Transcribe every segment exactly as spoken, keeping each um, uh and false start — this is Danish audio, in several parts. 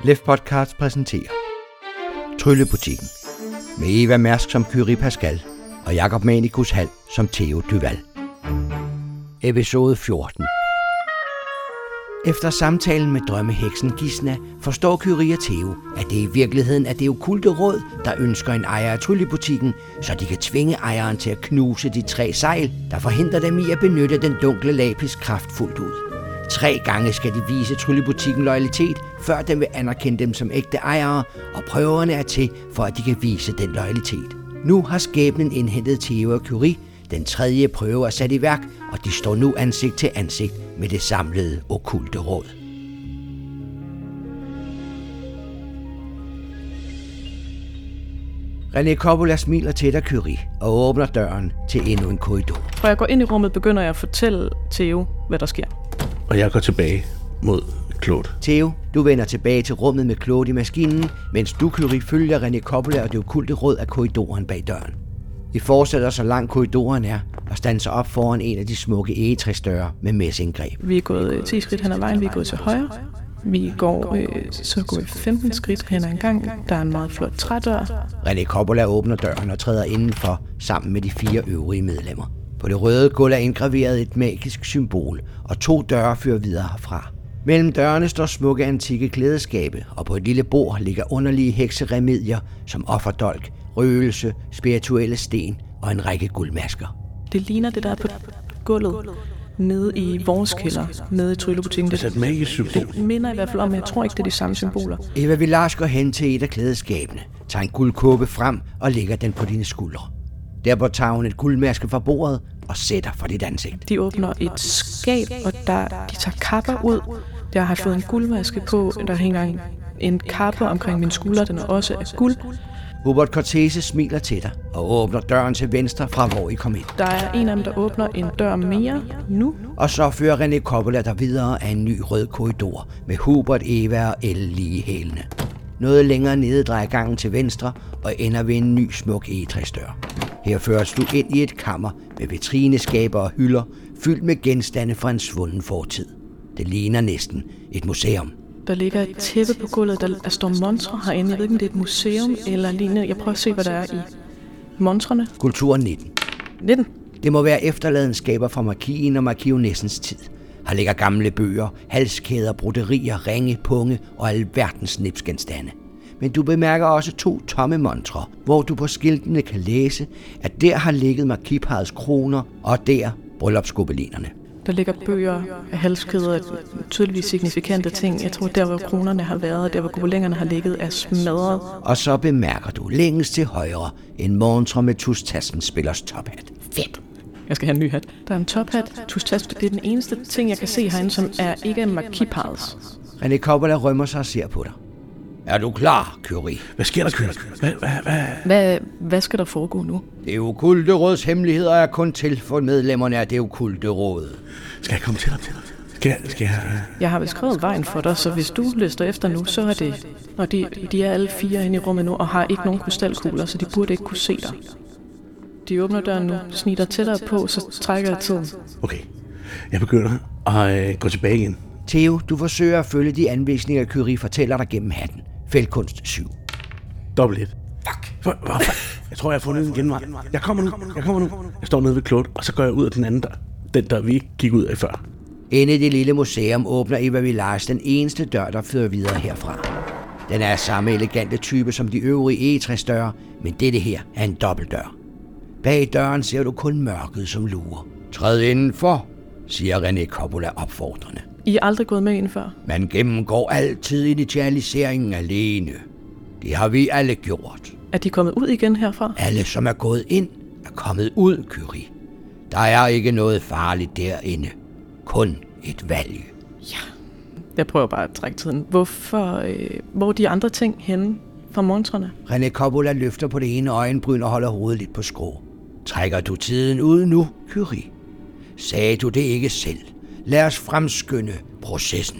Left Podcast præsenterer Tryllebutikken med Eva Mærsk som Kyrie Pascal og Jakob Manikus Hald som Theo Duval. Episode fjorten. Efter samtalen med drømmeheksen Gisna forstår Kyrie og Theo, at det i virkeligheden er det okkulte råd, der ønsker en ejer af Tryllebutikken, så de kan tvinge ejeren til at knuse de tre sejl, der forhindrer dem i at benytte den dunkle lapis kraft fuldt ud. Tre gange skal de vise Tryllebutikken loyalitet, før den vil anerkende dem som ægte ejere, og prøverne er til, for at de kan vise den loyalitet. Nu har skæbnen indhentet Theo og Kyrie. Den tredje prøve er sat i værk, og de står nu ansigt til ansigt med det samlede okkulte råd. René Coppola smiler til dig, Kyrie, og åbner døren til endnu en korridor. Når jeg går ind i rummet, begynder jeg at fortælle Theo, hvad der sker. Og jeg går tilbage mod Claude. Theo, du vender tilbage til rummet med Claude i maskinen, mens du, Kyrie, følger René Coppola og det okkulte råd af korridoren bag døren. I fortsætter så langt korridoren er, og standser op foran en af de smukke egetræsdøre med messinggreb. Vi er gået ti skridt hen ad vejen, vi er gået til højre. Vi går, øh, så går vi femten skridt hen ad en gang. Der er en meget flot trædør. René Coppola åbner døren og træder indenfor sammen med de fire øvrige medlemmer. På det røde gulv er indgraveret et magisk symbol, og to døre fører videre herfra. Mellem dørene står smukke antikke klædeskabe, og på et lille bord ligger underlige hekseremedier som offerdolk, røgelse, spirituelle sten og en række guldmasker. Det ligner det, der er på gulvet nede i vores kælder, nede i Tryllebutikken. Det er et magisk symbol. Det minder i hvert fald om, men jeg tror ikke, det er de samme symboler. Eva Villars går hen til et af klædeskabene, tager en guldkåbe frem og lægger den på dine skuldre. Derpå tager hun et guldmaske fra bordet og sætter for dit ansigt. De åbner et skab, og der, de tager kapper ud. Jeg har fået en guldmaske på, der hænger en, en kappe omkring mine skuldre, den er også af guld. Hubert Cortese smiler til dig og åbner døren til venstre fra hvor I kom ind. Der er en af dem, der åbner en dør mere nu. Og så fører René Coppola dig videre af en ny rød korridor med Hubert, Eva og Elle lige hælene. Noget længere nede drejer gangen til venstre og ender ved en ny smuk egetræsdør. Her føres du ind i et kammer med vitrineskaber og hylder fyldt med genstande fra en svunden fortid. Det ligner næsten et museum. Der ligger et tæppe på gulvet, der, der står montrer herinde. Jeg ved ikke, om det er et museum eller lignende. Jeg prøver at se, hvad der er i montrene. Kultur nitten. nitten? Det må være efterladenskaber fra markien og markionessens tid. Her ligger gamle bøger, halskæder, broderier, ringe, punge og alverdens snipsgenstande. Men du bemærker også to tomme montrer, hvor du på skiltene kan læse, at der har ligget markiparrets kroner, og der bryllupsgobelinerne. Der ligger bøger af halskæder, tydeligvis signifikante ting. Jeg tror, der hvor kronerne har været, der hvor gobelingerne har ligget, er smadret. Og så bemærker du længst til højre en montre med Tuss Tassenspillers tophat. Fedt! Jeg skal have en ny hat. Der er en tophat. Tuss Tassenspiller, det er den eneste ting, jeg kan se herinde, som er ikke er markiparrets. René Coppola rømmer sig og ser på dig. Er du klar, Kyrie? Hvad sker der, Kyrie? Hvad, hvad, hvad? Hvad, hvad skal der foregå nu? Det okkulte råds hemmeligheder er kun til for medlemmerne af det okkulte råd. Skal jeg komme til dig? Skal jeg, skal jeg... Jeg har beskrevet vejen for dig, så hvis du lister efter nu, så er det... Og de, de er alle fire inde i rummet nu, og har ikke nogen krystalkugler, så de burde ikke kunne se dig. De åbner døren nu, snitter tættere på, så trækker jeg tiden. Okay, jeg begynder at øh, gå tilbage igen. Theo, du forsøger at følge de anvisninger, Kyrie fortæller dig gennem hatten. Fældkunst syv. Dobbelt et. Fuck. For, for, jeg tror, jeg har fundet en genvej. Jeg kommer nu. Jeg kommer nu. Jeg står nede ved Claude, og så går jeg ud af den anden der. Den der, vi ikke gik ud af før. Inde i det lille museum åbner Eva Villars den eneste dør, der fører videre herfra. Den er af samme elegante type som de øvrige egetræsdøre, men dette her er en dobbeltdør. Bag døren ser du kun mørket som lurer. Træd indenfor, siger René Coppola opfordrende. I er aldrig gået med ind før? Man gennemgår altid initialiseringen alene. Det har vi alle gjort. Er de kommet ud igen herfra? Alle, som er gået ind, er kommet ud, Kyrie. Der er ikke noget farligt derinde. Kun et valg. Ja. Jeg prøver bare at trække tiden. Hvorfor, øh, hvor er de andre ting henne fra montrene? René Coppola løfter på det ene øjenbryn og holder hovedet lidt på skrå. Trækker du tiden ud nu, Kyrie? Sagde du det ikke selv? Lad os fremskynde processen.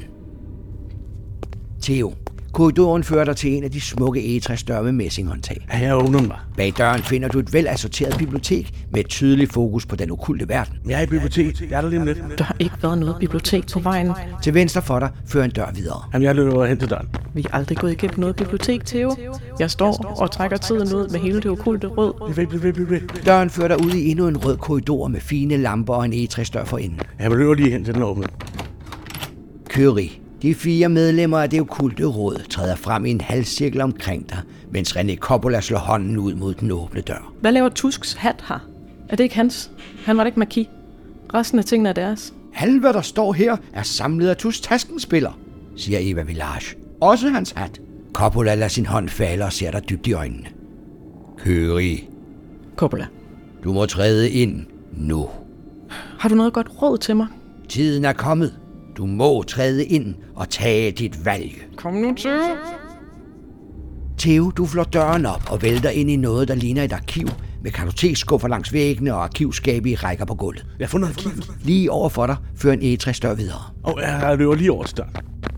Theo, korridoren fører dig til en af de smukke egetræsdøre med messinghåndtag. Ja, jeg åbner mig. Bag døren finder du et velassorteret bibliotek med et tydeligt fokus på den okkulte verden. Jeg er i biblioteket. Jeg er der lige om lidt. Der har ikke været noget bibliotek på vejen. Til venstre for dig fører en dør videre. Jamen, jeg løber hen til døren. Vi er aldrig gået igennem noget bibliotek, Theo. Jeg står og trækker tiden ud med hele det okulte rød. Bliv, bliv, bliv, bliv, bliv. Døren fører dig ud i endnu en rød korridor med fine lamper og en egetræsdør for enden. Jeg løber lige hen til den åbne. Curie, de fire medlemmer af det okulte råd træder frem i en halvcirkel omkring dig, mens René Coppola slår hånden ud mod den åbne dør. Hvad laver Tusks hat her? Er det ikke hans? Han var da ikke marquis. Resten af tingene er deres. Alt, hvad der står her, er samlet af Tusk taskenspiller, siger Eva Village. Også hans hat. Coppola lader sin hånd falde og ser dig dybt i øjnene. Curie, Coppola. du må træde ind nu. Har du noget godt råd til mig? Tiden er kommet. Du må træde ind og tage dit valg. Kom nu, Theo. Theo, du flår døren op og vælter ind i noget, der ligner et arkiv, med kartotekskuffer langs væggene og arkivskabe i rækker på gulvet. Jeg har fundet arkiv. Lige over for dig fører en egetræsdør videre. Og jeg løber lige over til døren.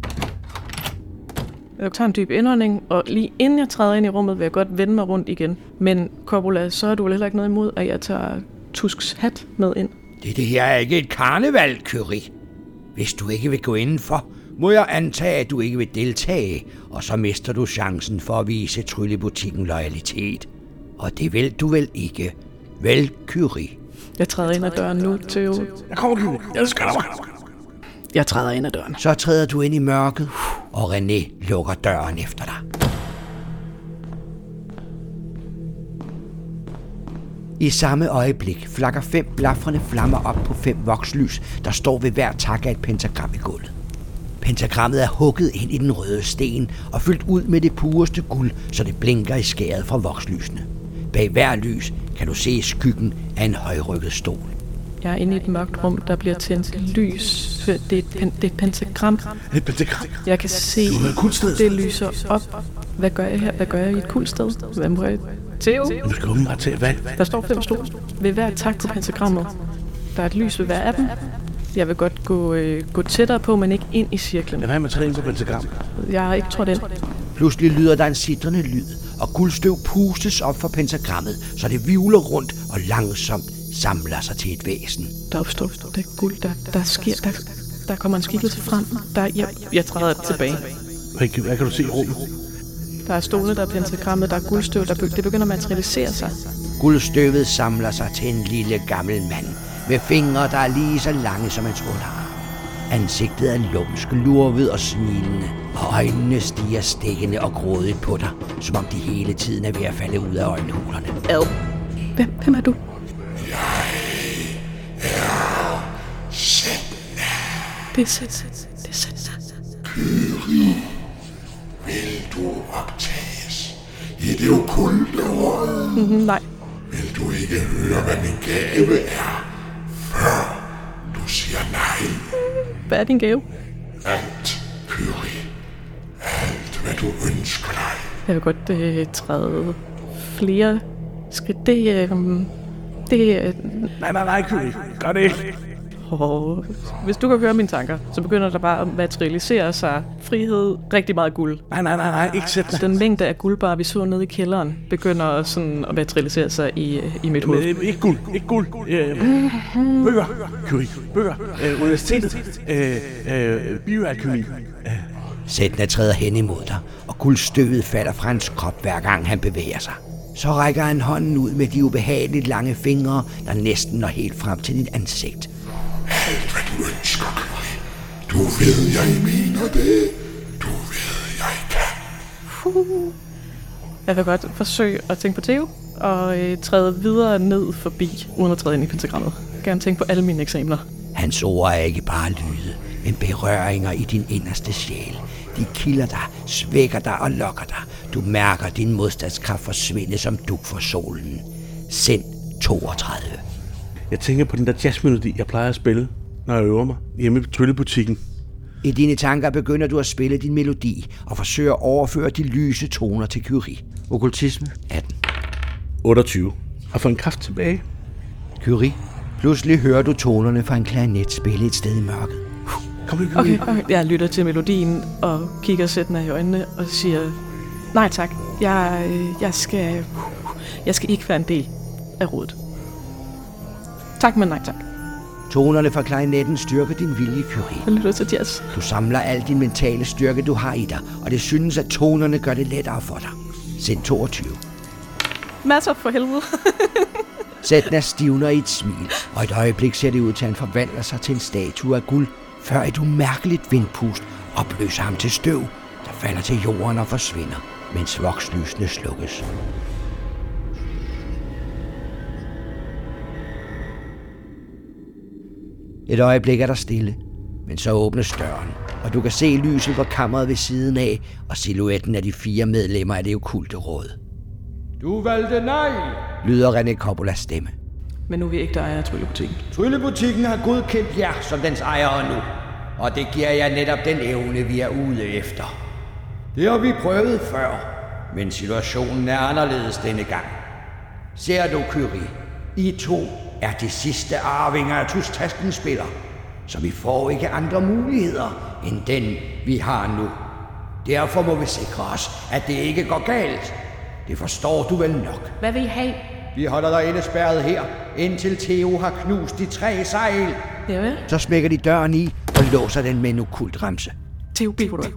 Jeg tager en dyb indånding, og lige inden jeg træder ind i rummet, vil jeg godt vende mig rundt igen. Men Coppola, så har du vel heller ikke noget imod, at jeg tager Tusks hat med ind? Det, det her er ikke et karneval, Curie. Hvis du ikke vil gå indenfor, må jeg antage, at du ikke vil deltage, og så mister du chancen for at vise Tryllebutikken loyalitet. Og det vil du vel ikke, vel, Curie? Jeg træder ind ad døren nu, Theo. Jeg kommer, Curie. Jeg skal mig. Jeg træder ind ad døren. Så træder du ind i mørket, og René lukker døren efter dig. I samme øjeblik flakker fem blafrende flammer op på fem vokslys, der står ved hver tak af et pentagram i gulvet. Pentagrammet er hugget ind i den røde sten og fyldt ud med det pureste guld, så det blinker i skæret fra vokslysene. Bag hver lys kan du se skyggen af en højrykket stol. Jeg er inde i et mørkt rum, der bliver tændt lys. Det er et, pen, det er et pentagram. Et pentagram? Jeg kan se, det lyser op. Hvad gør jeg her? Hvad gør jeg i et kult sted? Hvad må jeg? Theo? Du skal åbenbart til valg. Der står fem stole. Ved hver tak på pentagrammet. Der er et lys ved hver af dem. Jeg vil godt gå, øh, gå tættere på, men ikke ind i cirklen. Jeg vil have mig træde ind på pentagram. Jeg har ikke trådt ind. Pludselig lyder der en sidrende lyd, og guldstøv pustes op fra pentagrammet, så det vivler rundt og langsomt samler sig til et væsen. Der opstår der guld, der, der sker, der, der kommer en skikkelse frem. Der, jeg, jeg træder tilbage. Hvad, hvad kan du se i rummet? Der er stole, der er pentagrammet, der er guldstøv, der be, det begynder at materialisere sig. Guldstøvet samler sig til en lille gammel mand, med fingre, der er lige så lange som hans underarm. Ansigtet er lumsk, lurvet og smilende, og øjnene stiger stikkende og grådigt på dig, som om de hele tiden er ved at falde ud af øjenhulerne. Ad. Hvem, hvem er du? Jeg er Sedna. Det er Sedna. Det er Sedna. Curie, vil du optages i det okulte råd? Mm-hmm, nej. Vil du ikke høre, hvad min gave er, før du siger nej? Hvad er din gave? Alt, Curie. Alt, hvad du ønsker dig. Jeg vil godt øh, træde flere skridt. Det, øh, det øh, Nej, nej, nej, Curie. Gør det ikke. Oh, hvis du kan høre mine tanker, så begynder der bare at materialisere sig frihed, rigtig meget guld. Nej, nej, nej, nej, ikke sæt dig. Den mængde af guldbar, vi så nede i kælderen, begynder sådan at materialisere sig i, i mit hoved. Men, ikke guld, ikke guld. Øh, bøger, Curie, bøger. Øh, universitetet, øh, øh, bioalkemi. Øh. Sedna træder hen imod dig, og guldstøvet falder fra hans krop, hver gang han bevæger sig. Så rækker han hånden ud med de ubehageligt lange fingre, der næsten når helt frem til dit ansigt. Alt, hvad du ønsker, Curie. Du ved, jeg mener det. Du ved, jeg kan. Jeg vil godt forsøge at tænke på Theo, og øh, træde videre ned forbi, uden at træde ind i pentagrammet. Jeg vil gerne tænke på alle mine eksamener. Hans ord er ikke bare lyde, men berøringer i din inderste sjæl. De kilder dig, svækker dig og lokker dig. Du mærker din modstandskraft forsvinde som dug for solen. Sind toogtredive. Jeg tænker på den der jazzmelodi, jeg plejer at spille, når jeg øver mig hjemme i Tryllebutikken. I dine tanker begynder du at spille din melodi og forsøger at overføre de lyse toner til Curie. Okkultisme atten. otteogtyve. Har fået en kraft tilbage. Curie, pludselig hører du tonerne fra en klarinet spille et sted i mørket. Kom nu, Curie. Okay, okay, jeg lytter til melodien og kigger Sedna i øjnene og siger, nej tak, jeg, jeg, skal, jeg skal ikke være en del af rådet. Tak, men nej tak. Tonerne fra klarinetten styrker din vilje, Curie. Jeg lytter til jazz. Du samler al din mentale styrke, du har i dig, og det synes, at tonerne gør det lettere for dig. Send toogtyve. Masser for helvede. Sætna stivner i et smil, og et øjeblik ser det ud til, at han forvandler sig til en statue af guld, før et umærkeligt vindpust opløser ham til støv, der falder til jorden og forsvinder, mens vokslysene slukkes. Et øjeblik er der stille, men så åbnes døren, og du kan se lyset fra kammeret ved siden af, og silhuetten af de fire medlemmer af det okkulte råd. Du valgte nej! Lyder René Coppolas stemme. Men nu er vi ikke der ejer af Tryllebutikken. Tryllebutikken har godkendt jer som dens ejere nu, og det giver jer netop den evne, vi er ude efter. Det har vi prøvet før, men situationen er anderledes denne gang. Ser du, Curie? I to er de sidste arvinger af Tustasken spiller, så vi får ikke andre muligheder end den, vi har nu. Derfor må vi sikre os, at det ikke går galt. Det forstår du vel nok. Hvad vil I have? Vi holder dig indespærret her, indtil Theo har knust de tre sejl. Ja, vel? Så smækker de døren i og låser den med en okkult ramse. Theo, bliv hvor du er.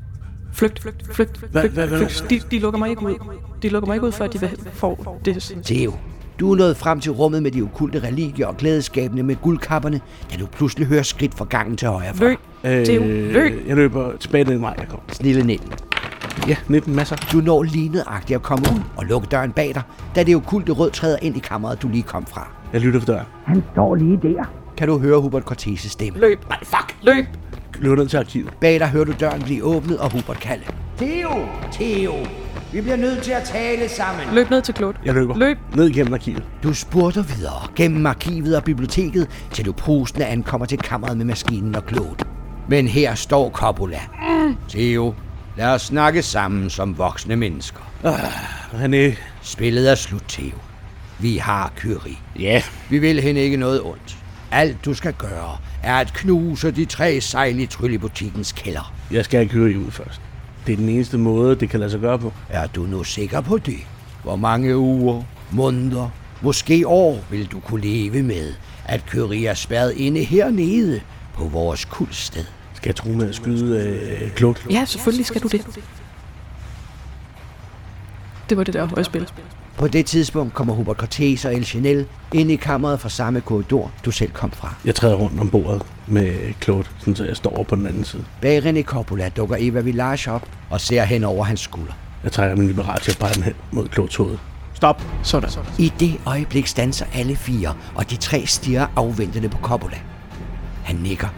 Flygt, flygt, flygt, Hvad- flygt, hvad- hvad- flygt. De, de lukker mig ikke ud. De lukker mig ikke ud, før de vil- får det. Theo, du er nået frem til rummet med de okulte religier og glædeskabene med guldkapperne, da du pludselig hører skridt fra gangen til højre for. Løb, Theo, løb. Jeg løber tilbage den vej, jeg kom. Snille nitten. Ja, nitten masser. Du når lignedagtigt at komme ud og lukke døren bag dig, da det okulte rød træder ind i kammeret, du lige kom fra. Jeg lytter for døren. Han står lige der. Kan du høre Hubert Corteses stemme? Løb. Nej, fuck. Løb. Jeg løber ned til arkivet. Bag dig hører du døren blive åbnet og Hubert kalde. Theo! Theo! Vi bliver nødt til at tale sammen. Løb ned til Claude. Jeg løber. Løb. Ned igennem arkivet. Du spurter videre gennem arkivet og biblioteket, til du prusende ankommer til kammeret med maskinen og Claude. Men her står Coppola. Mm. Theo, lad os snakke sammen som voksne mennesker. Ah, René. Spillet er slut, Theo. Vi har Curie. Ja. Vi vil hende ikke noget ondt. Alt du skal gøre, er at knuse de tre sejl i Tryllebutikkens kælder. Jeg skal have Curie ud først. Det er den eneste måde, det kan lade sig gøre på. Er du nu sikker på det? Hvor mange uger, måneder, måske år vil du kunne leve med, at Curie er spærret inde hernede på vores kuldsted? Skal jeg tro med at skyde øh, Claude? Ja, selvfølgelig skal du det. Det var det der højspil. På det tidspunkt kommer Hubert Cortés og El Chanel ind i kammeret fra samme korridor, du selv kom fra. Jeg træder rundt om bordet med Claude, sådan så jeg står over på den anden side. Bag René Coppola dukker Eva Village op og ser hen over hans skulder. Jeg trækker min liberal til at pege den hen mod Claudes hoved. Stop! Sådan. I det øjeblik standser alle fire, og de tre stirrer afventende på Coppola. Han nikker.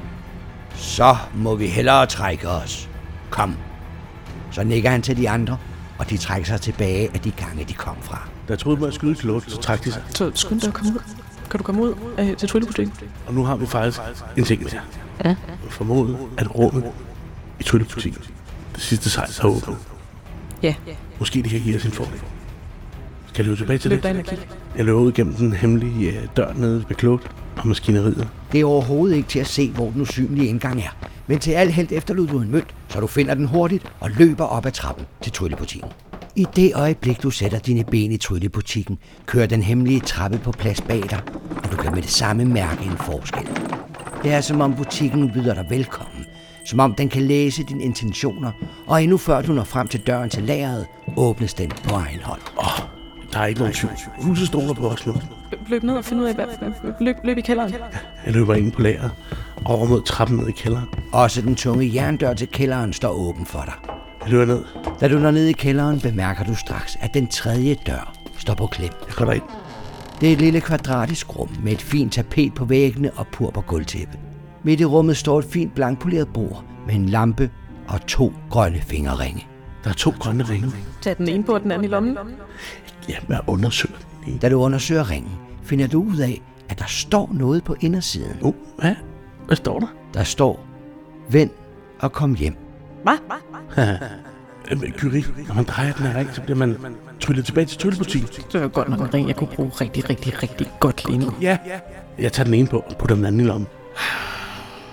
Så må vi hellere trække os. Kom. Så nikker han til de andre, og de trækker sig tilbage af de gange, de kom fra. Da jeg troede mig at skyde Claude, så trak de sig. Så skynd dig at komme ud. Kan du komme ud øh, til Tryllebutikken? Og nu har vi faktisk en ting til. Ja. Formodet, at rummet i Tryllebutikken, det sidste sejl, har åbnet. Ja. Måske det kan give os en fordel. Skal jeg løbe tilbage til Løb det? dig ind og kig. Jeg løber ud gennem den hemmelige øh, dør nede ved Claude og maskineriet. Det er overhovedet ikke til at se, hvor den usynlige indgang er. Men til al held efterlod du en mønt, så du finder den hurtigt og løber op ad trappen til Tryllebutikken. I det øjeblik, du sætter dine ben i Tryllebutikken, kører den hemmelige trappe på plads bag dig, og du kan med det samme mærke en forskel. Det er som om butikken byder dig velkommen, som om den kan læse dine intentioner, og endnu før du når frem til døren til lageret, åbnes den på egen hånd. Åh, oh, der er ikke nogen tvivl. Huset stoler på os nu. Løb ned og find ud af, hvad... Løb, løb i kælderen. Jeg løber ind på lageret, over mod trappen ned i kælderen. Også den tunge jerndør til kælderen står åben for dig. Jeg løber ned. Da du når ned i kælderen, bemærker du straks, at den tredje dør står på klem. Jeg går derind. Det er et lille kvadratisk rum med et fint tapet på væggene og purpur gulvtæppe. Midt i rummet står et fint blankpoleret bord med en lampe og to grønne fingerringe. Der er to grønne ringe. Tag den ene på og den anden i lommen. Ja, jeg undersøger den. Da du undersøger ringen, finder du ud af, at der står noget på indersiden. Oh, hvad? Hvad står der? Der står, vend og kom hjem. Hvad? Øhm, Curie, når man drejer den her ring, så bliver man tryllet tilbage til Tryllebutikken. Det var godt nok en ring, jeg kunne bruge rigtig, rigtig, rigtig godt lige nu. Ja. Jeg tager den ene på og putter den anden i lommen. Er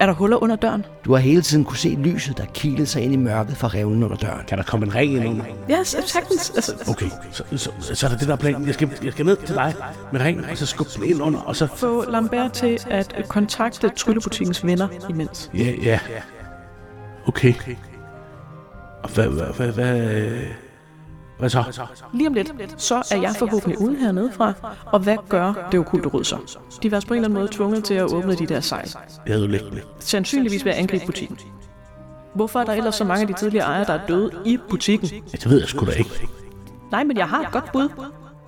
Er der huller under døren? Du har hele tiden kunne se lyset, der kilede sig ind i mørket fra revnen under døren. Kan der komme en ring ind under? Ja, sagtens. Altså, Okay, så, så, så er det det, der er planen. Jeg skal, jeg skal ned til dig med ringen, og så skubbe den ind under, og så... få Lambert til at kontakte tryllebutikkens venner imens. Ja, ja. Okay. Og hvad, hvad, hvad, hvad, hvad så? Lige om lidt, så er jeg forhåbentlig ude hernede fra. Og hvad gør det okkulte råd så? De var på en eller anden måde tvunget til at åbne de der sejl. Jeg havde lidt. Sandsynligvis ved at angribe butikken. Hvorfor er der ellers så mange af de tidligere ejere, der er døde i butikken? Ja, det ved jeg sgu da ikke. Nej, men jeg har et godt bud.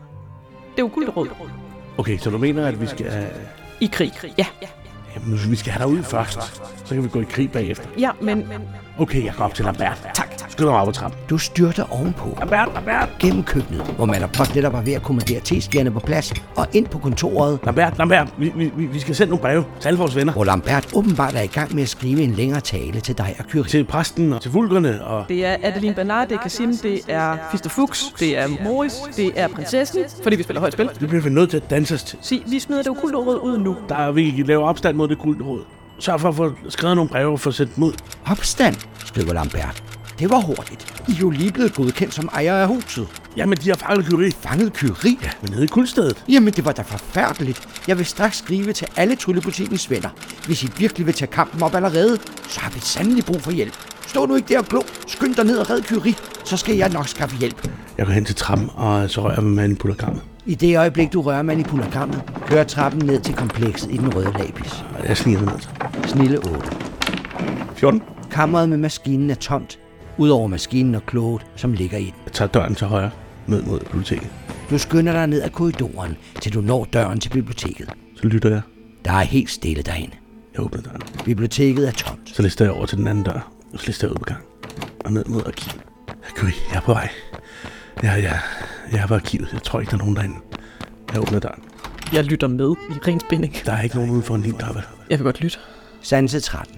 Det okkulte råd. Okay, så du mener, at vi skal... I krig, ja. Jamen, nu, vi skal have dig ud først. Så kan vi gå i krig bagefter. Ja, men... Okay, jeg går op til Lambert. Tak. Skynd mig op ad trappen. Du styrter ovenpå. Lambert, Lambert. Gennem køkkenet, hvor Malaport netop var ved at kommandere teskjerne på plads, og ind på kontoret, Lambert, Lambert. Vi, vi, vi skal sende nogle breve til alle vores venner. hvor Lambert åbenbart er i gang med at skrive en længere tale til dig og Kyrie. Til præsten og til vulgerne og... Det er Adeline Bernard, det er Kasim, det er Fister Fuchs, det er Morris, det er prinsessen, fordi vi spiller højt spil. Det bliver vi nødt til at danse os til. Sig, vi smider det okkulte råd ud nu. Der er, vi laver opstand mod det okkulte råd. Sørg for at få skrevet nogle breve og få sendt dem ud. Opstand, skriver Lambert. Det var hurtigt. I er jo lige blevet godkendt som ejer af huset. Jamen, de har fanget Kyrie. Fanget Kyrie? Ja, men nede i kuldstedet. Jamen, det var da forfærdeligt. Jeg vil straks skrive til alle tryllebutikkens venner. Hvis I virkelig vil tage kampen op allerede, så har vi sandelig brug for hjælp. Stå nu ikke der og glo. Skynd dig ned og red Kyrie, så skal jeg nok skaffe hjælp. Jeg går hen til trappen, og så rører jeg med manipulakammet. I det øjeblik, du rører manipulakammet, kører trappen ned til komplekset i den røde labis. Jeg sniger mig ned. Snille otte. fjorten. Kammeret med maskinen er tomt, udover maskinen og kloget, som ligger i den. Jeg tager døren til højre, ned mod biblioteket. Du skynder dig ned ad korridoren, til du når døren til biblioteket. Så lytter jeg. Der er helt stille derinde. Jeg åbner døren. Biblioteket er tomt. Så lister jeg over til den anden dør. Og så lister jeg ud på gang. Og ned mod arkivet. Kyrie, jeg er på vej. Jeg, jeg, jeg er på arkivet. Jeg tror ikke, der er nogen derinde. Jeg åbner døren. Jeg lytter med i ren spænding. Der er ikke nogen uden for en lille dør. Jeg vil godt lytte. Sanse tretten.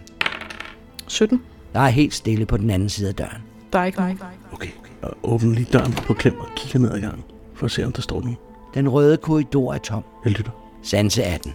sytten. Der er helt stille på den anden side af døren. Der er ikke nogen. Okay. Og åbner lige døren på klem og kigger ned ad gangen. For at se, om der står nogen. Den røde korridor er tom. Jeg lytter. Sanse atten.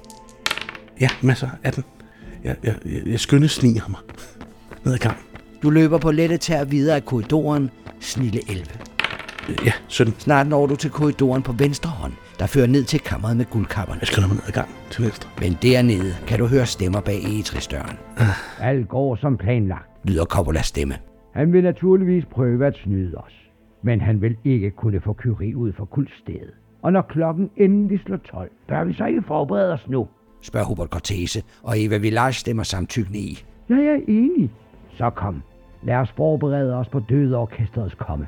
Ja, masser. atten. Jeg, jeg, jeg, jeg skynder sniger mig. Ned ad gangen. Du løber på lette tær videre af korridoren. Snille elleve. Ja, sytten. Snart når du til korridoren på venstre hånd, der fører ned til kammeret med guldkapperne. Jeg skynder mig ned ad gangen til venstre. Men dernede kan du høre stemmer bag egetrisdøren. Alt går som planlagt. Lyder Coppolas stemme. Han vil naturligvis prøve at snyde os. Men han vil ikke kunne få Kyrie ud for kuldstedet. Og når klokken endelig slår tolv, bør vi så ikke forberede os nu? Spørger Hubert Cortese, og Eva Village stemmer samtykkende i. Jeg er enig. Så kom. Lad os forberede os på dødeorkestrets komme.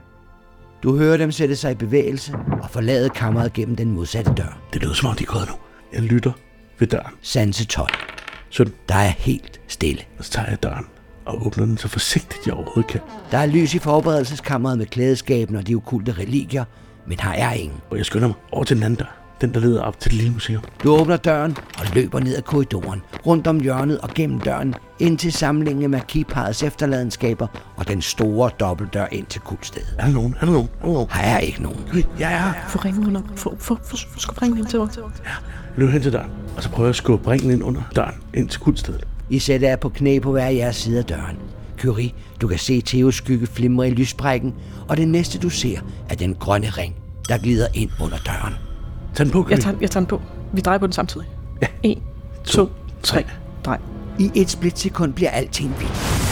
Du hører dem sætte sig i bevægelse og forlade kammeret gennem den modsatte dør. Det lyder som om, de er gået nu. Jeg lytter ved døren. Sanse tolv. sytten. Der er helt stille. Og så tager jeg døren og åbner den så forsigtigt, jeg overhovedet kan. Der er lys i forberedelseskammeret med klædeskaben og de okulte religier, men her er ingen. Og jeg skynder mig over til den anden dør. Den, der leder op til det lille museum. Du åbner døren og løber ned ad korridoren, rundt om hjørnet og gennem døren, ind til samlingen af markipparets efterladenskaber og den store dobbeltdør ind til kuldstedet. Er der nogen? Er der nogen? Er der nogen? Her er ikke nogen. Hey, jeg er her. Få ringen under. Få, få, få, skub ringen ind til mig. Ja, jeg løber hen til døren. Og så prøver jeg at skubbe ringen ind under døren, ind til kuldstedet. I sætter jer på knæ på hver jeres side af døren. Kyrie, du kan se Theos skygge flimre i lyssprækken, og det næste du ser er den grønne ring, der glider ind under døren. Tag den på, Kyrie. Jeg tager, jeg tager den på. Vi drejer på den samtidig. Ja. En, to, tre, drej. I et splitsekund bliver alting hvidt.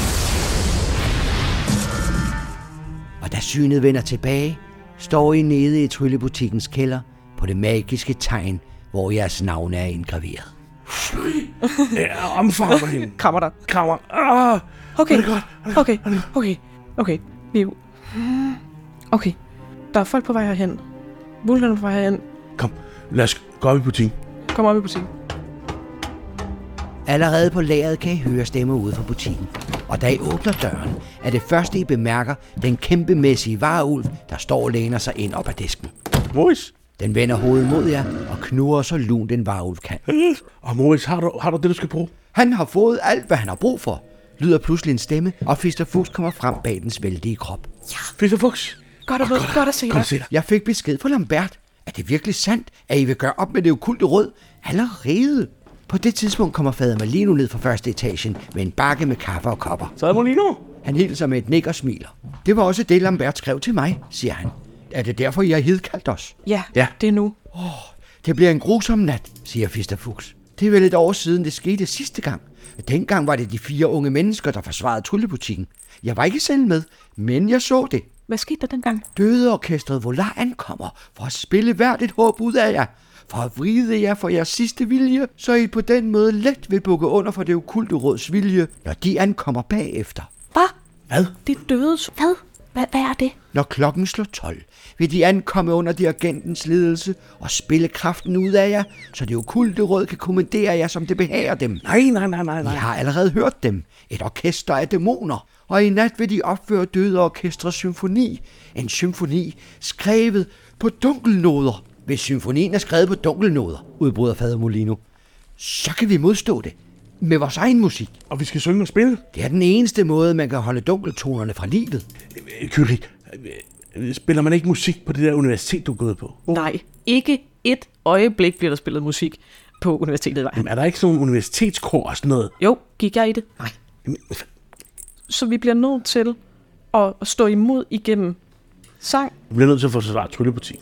Og da synet vender tilbage, står I nede i tryllebutikkens kælder på det magiske tegn, hvor jeres navn er indgraveret. Jeg omfavner hende. Krammer dig. Krammer. Ah, Okay, det er godt. okay, okay, okay. Vi er jo... Okay. Der er folk på vej herhen. Vulgerne på vej herhen. Kom, lad os gå op i butikken. Kom op i butikken. Allerede på lageret kan I høre stemmer ude fra butikken. Og da I åbner døren, er det første I bemærker den kæmpemæssige varulv, der står og læner sig ind op ad disken. Morris. Den vender hovedet mod jer og knurrer så lunt en varulv kan. Og Morris, har du, har du det, du skal bruge? Han har fået alt, hvad han har brug for, lyder pludselig en stemme, og Fister Fuchs kommer frem bag dens vældige krop. Fister Fuchs. Godt at, godt, godt at se Godt at dig. se dig. Jeg fik besked fra Lambert. Er det virkelig sandt, at I vil gøre op med det okulte råd allerede? På det tidspunkt kommer fader Molino ned fra første etagen med en bakke med kaffe og kopper. Så er Molino. Han hilser med et nik og smiler. Det var også det, Lambert skrev til mig, siger han. Er det derfor, I har hidkaldt os? Ja, Ja. det er nu. Det bliver en grusom nat, siger Fister Fuchs. Det er vel et år siden, det skete sidste gang. Dengang var det de fire unge mennesker, der forsvarede tryllebutikken. Jeg var ikke selv med, men jeg så det. Hvad skete der dengang? Dødeorkestret Volar ankommer for at spille hvert et håb ud af jer. For at vride jer for jeres sidste vilje, så I på den måde let vil bukke under for det okulte råds vilje, når de ankommer bagefter. Hvad? Hvad? Det dødes. Hvad? Hvad, hvad er det? Når klokken slår tolv, vil de ankomme under dirigentens ledelse og spille kraften ud af jer, så det okulte råd kan kommandere jer, som det behager dem. Nej, nej, nej, nej, I nej. har allerede hørt dem. Et orkester af dæmoner. Og i nat vil de opføre Dødeorkestrets symfoni. En symfoni skrevet på dunkelnoder. Hvis symfonien er skrevet på dunkelnoder, udbryder fader Molino, så kan vi modstå det med vores egen musik. Og vi skal synge og spille. Det er den eneste måde, man kan holde dunkeltonerne fra livet. Kyrie, spiller man ikke musik på det der universitet, du er gået på? Nej, ikke et øjeblik bliver der spillet musik på universitetet. Jamen, er der ikke sådan nogle universitetskor og sådan noget? Jo, gik jeg i det? Nej. Jamen, Så vi bliver nødt til at stå imod igennem sang. du bliver nødt til at få forsvaret tryllebutik.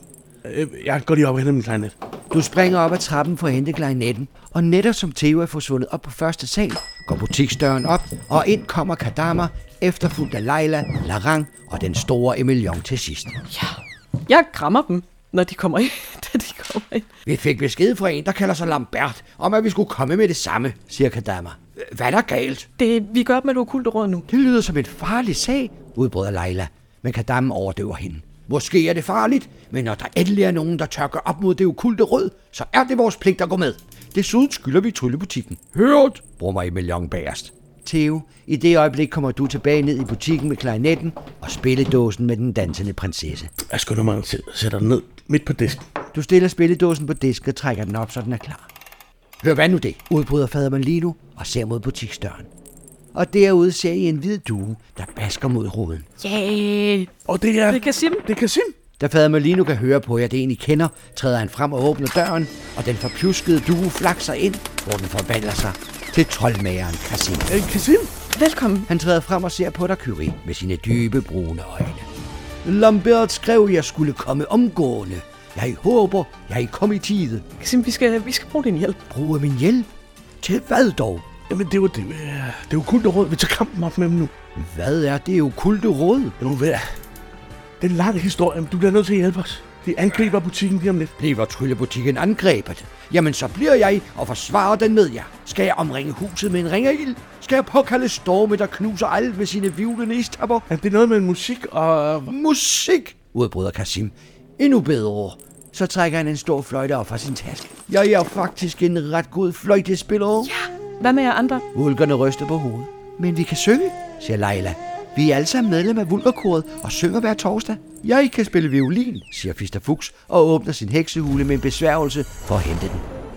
Jeg går lige op og henter min klarinet. Du springer op ad trappen for at hente klarinetten, og netop som Theo er forsvundet op på første sal, går butiksdøren op, og ind kommer Kadama, efterfulgt af Leila, Larang og den store Emilion til sidst. Ja, jeg krammer dem, når de kommer ind. Da de kommer ind. Vi fik besked fra en, der kalder sig Lambert, om at vi skulle komme med det samme, siger Kadama. Hvad er der galt? Det, vi gør op med det okulte råd nu. Det lyder som en farlig sag, udbryder Leila, men Kadama overdøver hende. Måske er det farligt, men når der endelig er nogen, der tør gå op mod det okulte råd, så er det vores pligt at gå med. Desuden skylder vi tryllebutikken. Hørt, brummer Emilion bagerst. Theo, i det øjeblik kommer du tilbage ned i butikken med klarinetten og spilledåsen med den dansende prinsesse. Jeg skynder mig til at sætte den ned midt på disken. Du stiller spilledåsen på disken og trækker den op, så den er klar. Hør hvad nu det, udbryder fader Molino og ser mod butiksdøren. Og derude ser I en hvid due, der basker mod ruden. Yeah. Og det er... Det kan Sim. Det er Kasim. Da fader Molino kan høre på jer, det en I kender, træder han frem og åbner døren, og den forpjuskede due flakser ind, hvor den forvandler sig til troldmageren Kasim. Øh, Kasim? Velkommen. Han træder frem og ser på dig, Kyrie, med sine dybe brune øjne. Lambert skrev, jeg skulle komme omgående. Jeg håber, jeg kom i tide. Sim, vi skal, vi skal bruge din hjælp. Bruge min hjælp? Til hvad dog? Jamen, det er jo det, det er jo okulte råd. Vi tager kampen op med dem nu. Hvad er det okulte råd? Jamen, hvad? Det er en lang historie, men du bliver nødt til at hjælpe os. De angriber butikken lige om lidt. Bliver tryllebutikken angrebet? Jamen, så bliver jeg og forsvarer den med jer. Skal jeg omringe huset med en ringerild? Skal jeg påkalde storme, der knuser alt med sine vivlende istapper? Ja, det er noget med musik og... Musik, udbryder Kasim. Endnu bedre. Så trækker han en stor fløjte op fra sin taske. Jeg er faktisk en ret god fløjtespiller. Ja. Hvad med jer andre? Vulkerne ryster på hovedet. Men vi kan synge, siger Leila. Vi er alle sammen medlem af Vulkerkoret og synger hver torsdag. Jeg kan spille violin, siger Fister Fuchs og åbner sin heksehule med en besværgelse for at hente den.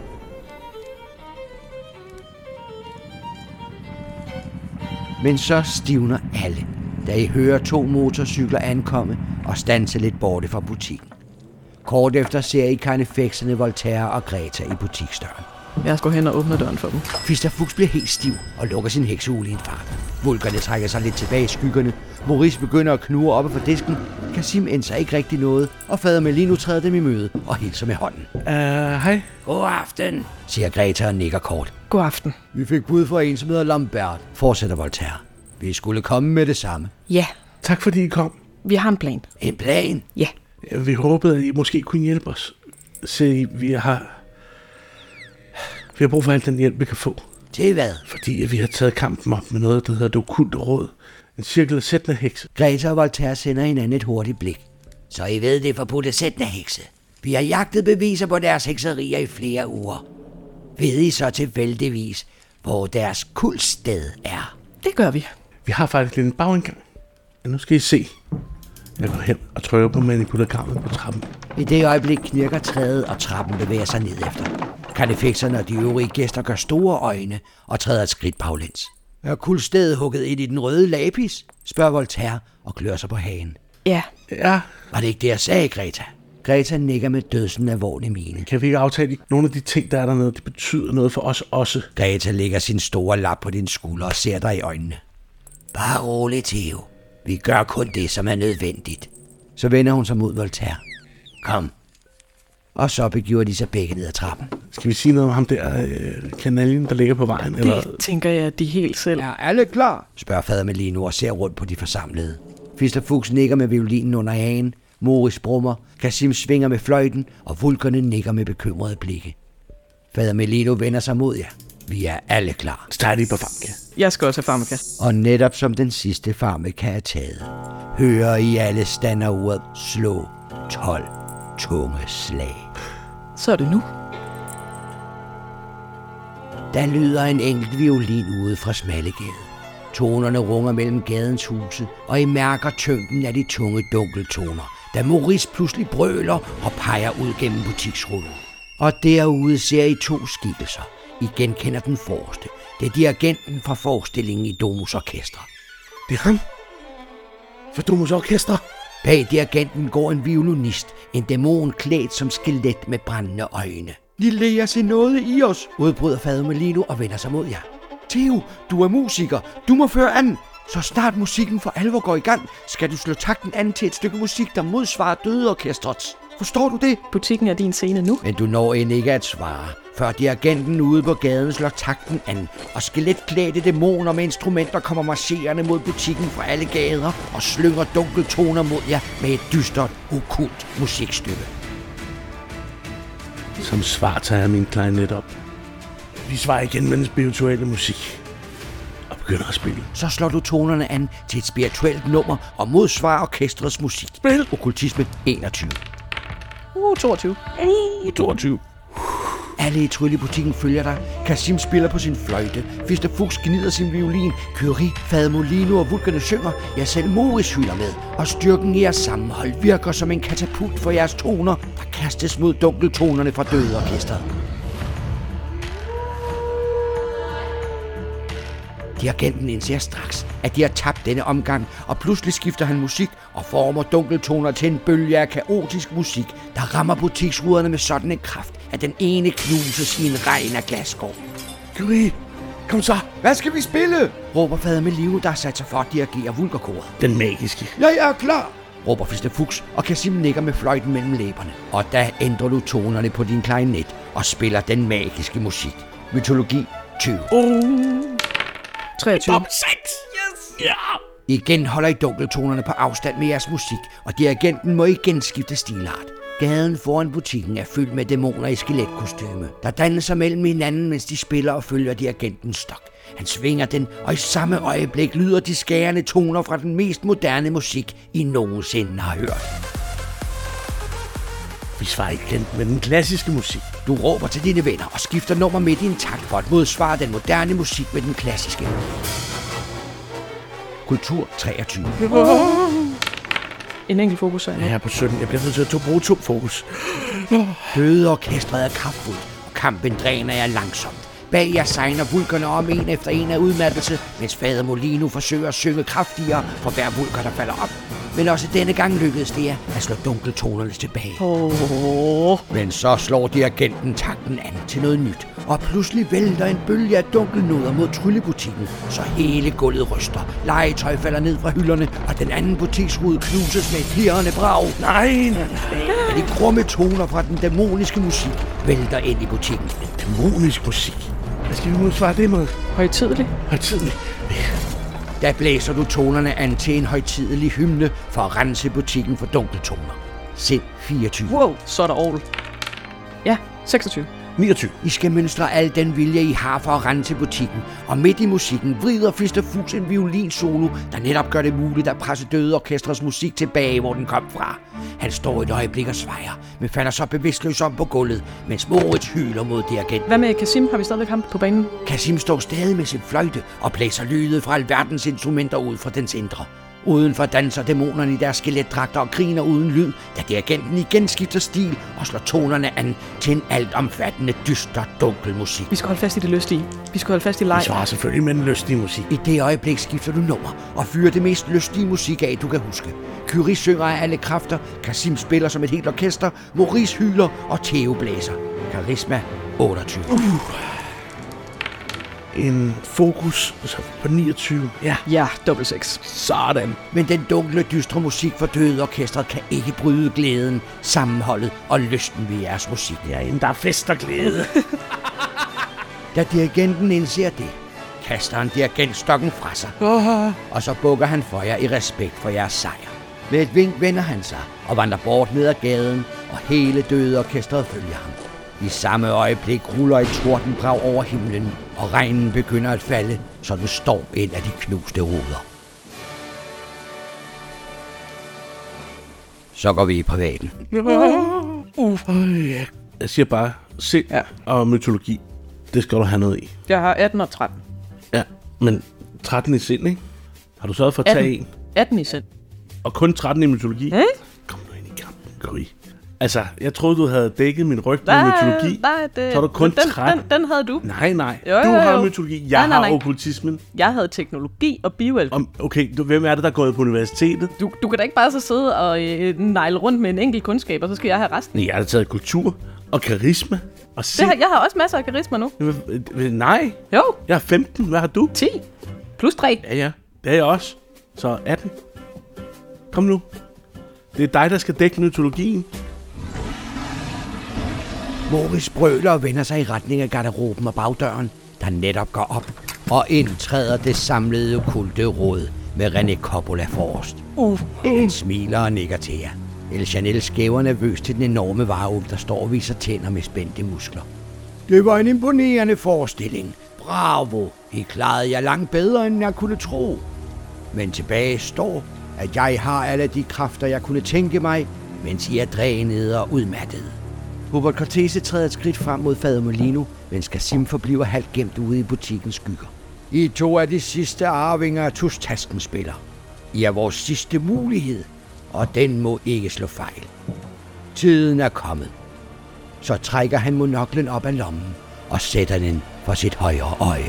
Men så stivner alle, da I hører to motorcykler ankomme og standse lidt borte fra butikken. Kort efter ser I karnefekserne Voltaire og Greta i butiksdøren. Jeg skal hen og åbne døren for dem. Fister Fuchs bliver helt stiv og lukker sin heksehule i en fart. Vulkerne trækker sig lidt tilbage i skyggerne. Maurice begynder at knurre oppe for disken. Kasim ændrer ikke rigtig noget, og fader Molino træder dem i møde og hilser med hånden. Uh, hej. God aften, siger Greta og nikker kort. God aften. Vi fik bud fra en, som hedder Lambert, fortsætter Voltaire. Vi skulle komme med det samme. Ja, Tak fordi I kom. vi har en plan. En plan? Ja. Vi håbede, at I måske kunne hjælpe os. Se, vi har... Vi har brug for alt den hjælp, vi kan få. Til hvad? Fordi vi har taget kampen op med noget, der hedder det okulte råd. En cirkel af sættende hekse. Greta og Voltaire sender hinanden et hurtigt blik. Så I ved, det er forbudte sættende hekse. Vi har jagtet beviser på deres hekserier i flere uger. Ved I så tilfældigvis, hvor deres kuldsted er? Det gør vi. Vi har faktisk lidt en bagindgang. Ja, nu skal I se. Jeg går hen og trykker på manipulagrammet på trappen. I det øjeblik knirker træet, og trappen bevæger sig ned efter. Karnefekserne og de øvrige gæster gør store øjne og træder et skridt baglæns. Er kuldstedet hugget ind i den røde lapis? Spørger Voltaire og klør sig på hagen. Ja. Ja, Var det ikke det, jeg sagde, Greta? Greta nikker med dødsen alvorlig mine. Kan vi ikke aftale, at nogle af de ting, der er dernede, det betyder noget for os også? Greta lægger sin store lap på din skulder og ser dig i øjnene. Bare rolig, Theo. Vi gør kun det, som er nødvendigt. Så vender hun sig mod Voltaire. Kom. Og så begiver de sig begge ned ad trappen. Skal vi sige noget om ham der øh, kanaljen, der ligger på vejen? Det eller? tænker jeg, at de helt selv. Er alle klar? Spørger fader Melino og ser rundt på de forsamlede. Fister Fuchs nikker med violinen under hagen. Moris brummer. Kasim svinger med fløjten. Og vulkerne nikker med bekymrede blikke. Fader Melino vender sig mod jer. Vi er alle klar. Start i på Famke. Jeg skal også have farmaka. Og netop som den sidste farmeka er taget, hører I alle standardet slå tolv tunge slag. Så er det nu. Der lyder en enkelt violin ude fra Smallegade. Tonerne runger mellem gadens huse, og I mærker tyngden af de tunge dunkeltoner, da Maurice pludselig brøler og peger ud gennem butiksruden. Og derude ser I to skikkelser. I genkender den forreste. Det er dirigenten fra forestillingen i Domus Orkestre. Det er ham. For Domus Orkestre. Bag dirigenten går en violinist, en dæmon klædt som skelet med brændende øjne. De lærer sig noget i os. Udbryder fader Melino og vender sig mod jer. Theo, du er musiker. Du må føre an. Så snart musikken for alvor går i gang, skal du slå takten an til et stykke musik, der modsvarer Dødeorkestrets. Forstår du det? Butikken er din scene nu. Men du når end ikke at svare, før dirigenten ude på gaden slår takten an, og skeletklædte dæmoner med instrumenter kommer marcherende mod butikken fra alle gader og slynger dunkeltoner mod jer med et dystert, okkult musikstykke. Som svar tager jeg min klarinet op. Vi svarer igen med den spirituelle musik. Og begynder at spille. Så slår du tonerne an til et spirituelt nummer og modsvarer orkestrets musik. Spil! Okkultisme enogtyve. Uh, toogtyve. Uh, toogtyve. Alle i tryllebutikken følger dig. Kasim spiller på sin fløjte. Fister Fuchs gnider sin violin. Kyrie, fader Molino og vulkerne synger. Jeg selv Moris hylder med. Og styrken i jeres sammenhold virker som en katapult for jeres toner, der kastes mod dunkeltonerne fra Dødeorkestret. Dirigenten indser straks, at de har tabt denne omgang, og pludselig skifter han musik og former dunkeltoner til en bølge af kaotisk musik, der rammer butiksruderne med sådan en kraft, at den ene knuses i en regn af glasskår. Kyrie, kom så. Hvad skal vi spille? Råber fader Melino, der har sat sig for at dirigere vulkerkoret. Den magiske. Jeg er klar. Råber Fister Fuchs, og Kasim nikker med fløjten mellem læberne. Og da ændrer du tonerne på din klarinet og spiller den magiske musik. Mytologi tyve. treogtyve. seks. Yes. Ja. Igen holder I dunkeltonerne på afstand med jeres musik, og dirigenten må igen skifte stilart. Gaden foran butikken er fyldt med dæmoner i skeletkostyme, der danner sig mellem hinanden, mens de spiller og følger dirigentens stok. Han svinger den, og i samme øjeblik lyder de skærende toner fra den mest moderne musik, I nogensinde har hørt. Vi svarer igen med den klassiske musik. Du råber til dine venner og skifter nummer midt i en takt for at modsvare den moderne musik med den klassiske. Kultur treogtyve. En enkelt fokus er Jeg er på sytten. Jeg bliver nødt til at bruge to fokus. Dødeorkestret er kraftfuldt, og kampen dræner jer langsomt. Bag jer sejner vulkerne om en efter en af udmattelse, mens fader Molino forsøger at synge kraftigere for hver vulker, der falder op. Men også denne gang lykkedes det jer at slå dunkeltonerne tilbage. Oh. Men så slår dirigenten takten an til noget nyt, og pludselig vælter en bølge af dunkelnoder mod tryllebutikken, så hele gulvet ryster. Legetøj falder ned fra hylderne, og den anden butiksrude knuses med et klirrende brag. Nej, nej, nej. Og de krumme toner fra den dæmoniske musik vælter ind i butikken. Dæmonisk musik. Hvad skal vi modsvare det med? Højtidelig. Højtidligt. Der blæser du tonerne an til en højtidelig hymne for at rense butikken for dunkeltoner. Sind fireogtyve. Wow, så er der orgel. Ja, seksogtyve. niogtyve. I skal mønstre al den vilje, I har for at rense butikken, og midt i musikken vrider Fister Fuchs en violinsolo, der netop gør det muligt at presse Dødeorkestrets musik tilbage, hvor den kom fra. Han står et øjeblik og svejer, men falder så bevidstløs om på gulvet, mens Moritz hyler mod dirigenten. Hvad med Kasim? Har vi stadigvæk ham på banen? Kasim står stadig med sin fløjte og blæser lydet fra alverdens instrumenter ud fra dens indre. Udenfor danser dæmonerne i deres skeletdragter og griner uden lyd, da dirigenten igen skifter stil og slår tonerne an til en altomfattende, dyster, dunkel musik. Vi skal holde fast i det lystige. Vi skal holde fast i leg. Vi svarer selvfølgelig med den lystige musik. I det øjeblik skifter du nummer og fyrer det mest lystige musik af, du kan huske. Kyrie synger af alle kræfter, Kasim spiller som et helt orkester, Maurice hyler og Theo blæser. Karisma otteogtyve. Uh. En fokus på niogtyve. Ja. Ja, dobbelt seks. Sådan. Men den dunkle, dystre musik for døde orkestret kan ikke bryde glæden, sammenholdet og lysten ved jeres musik. Ja, inden der er fest og glæde. Da dirigenten indser det, kaster han dirigentstokken fra sig, Oh. og så bukker han for jer i respekt for jeres sejr. Med et vink vender han sig og vandrer bort ned ad gaden, og hele døde orkestret følger ham. I samme øjeblik ruller et tordenbrag over himlen, og regnen begynder at falde, så den står ind af de knuste ruder. Så går vi i privaten. Uh. Oh, ja. Jeg siger bare, sind Ja. og mytologi, det skal du have noget i. Jeg har atten og tretten. Ja, men tretten i sind, ikke? Har du sørget for at tage en? atten i sind. Og kun tretten i mytologi? Hmm? Kom nu ind i kampen, Kyrie. Altså, jeg troede, du havde dækket min ryg med mytologi. Nej, det, så er du kun den, tretten. den, den havde du. Nej, nej. Jo, jo, Du jo. har mytologi, jeg Nej, nej, nej. har okkultismen. Jeg havde teknologi og bioalf. Om, okay, du, hvem er det, der er gået på universitetet? Du, du kan da ikke bare så sidde og øh, negle rundt med en enkelt kundskab, og så skal jeg have resten. Nej, jeg har taget kultur og karisma og Det sind. har, jeg har også masser af karisma nu. Nej, Jo, jeg er femten. Hvad har du? ti. Plus tre. Ja, ja. Det er jeg også. Så atten. Kom nu. Det er dig, der skal dække mytologien. Maurice brøler og vender sig i retning af garderoben og bagdøren, der netop går op, og indtræder det samlede okulte råd med René Coppola forrest. Uh. Han smiler og nikker til jer. El Chanel skæver nervøst til den enorme varulv, der står og viser tænder med spændte muskler. Det var en imponerende forestilling. Bravo! I klarede jer langt bedre, end jeg kunne tro. Men tilbage står, at jeg har alle de kræfter, jeg kunne tænke mig, mens I er drænede og udmattede. Hubert Cortese træder et skridt frem mod Fader Molino, mens Kasim forbliver halvt gemt ude i butikkens skygger. I to er de sidste arvinger af Tustasken spiller. I er vores sidste mulighed, og den må ikke slå fejl. Tiden er kommet. Så trækker han monoklen op af lommen og sætter den for sit højre øje.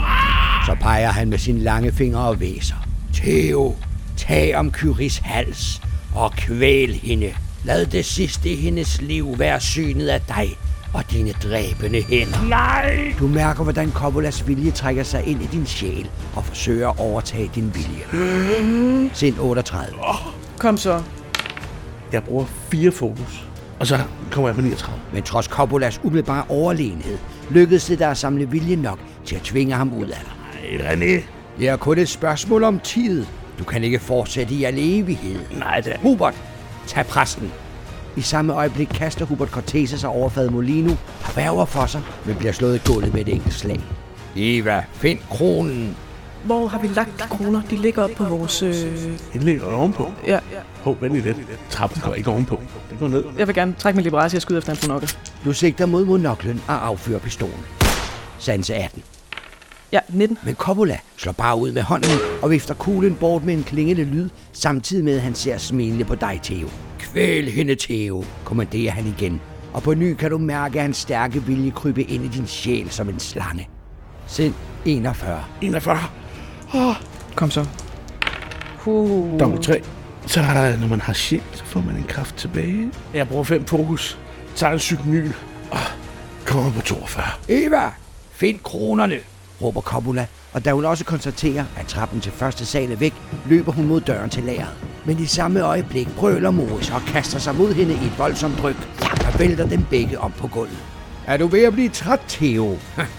Så peger han med sin lange fingre og væser. Theo, tag om Kyries hals og kvæl hende. Lad det sidste i hendes liv være synet af dig og dine dræbende hænder. Nej! Du mærker, hvordan Coppolas vilje trækker sig ind i din sjæl og forsøger at overtage din vilje. Sind otteogtredive. Kom så. Jeg bruger fire fokus. Og så kommer jeg på niogtredive. Men trods Coppolas umiddelbare overlegenhed, lykkedes det der at samle vilje nok til at tvinge ham ud af dig. Nej, René. Det er kun et spørgsmål om tid. Du kan ikke fortsætte i al evighed. Nej, det Hubert, tag præsten. I samme øjeblik kaster Hubert Cortese sig over Fader Molino, har værger for sig, men bliver slået i gulvet med et enkelt slag. Eva, find kronen. Hvor har vi lagt kroner? De ligger op på vores... Øh... Den ligger ovenpå. Ja, Hov, vent lige lidt. Trappen går ikke ovenpå. Den går ned. jeg vil gerne trække min liberasi og skyde efter hans monokkel. Du sigter mod monoklen og affyrer pistolen. Sanse atten. Ja, nitten. Men Coppola slår bare ud med hånden og vifter kuglen bort med en klingende lyd, samtidig med at han ser smilende på dig, Theo. Kvæl hende, Theo, kommanderer han igen. Og på ny kan du mærke, at hans stærke vilje krybe ind i din sjæl som en slange. Sind enogfyrre. enogfyrre. Oh, Kom så. Uh. dobbelt tre. Så når man har sjæl, så får man en kraft tilbage. Jeg bruger fem fokus. Tager en psykonyl. Og kommer på toogfyrre. Eva, find kronerne, råber Coppola, og da hun også konstaterer, at trappen til første sal er væk, løber hun mod døren til lageret. Men i samme øjeblik brøler Maurice og kaster sig mod hende i et voldsomt dryk, og vælter dem begge om på gulvet. Er du ved at blive træt, Theo?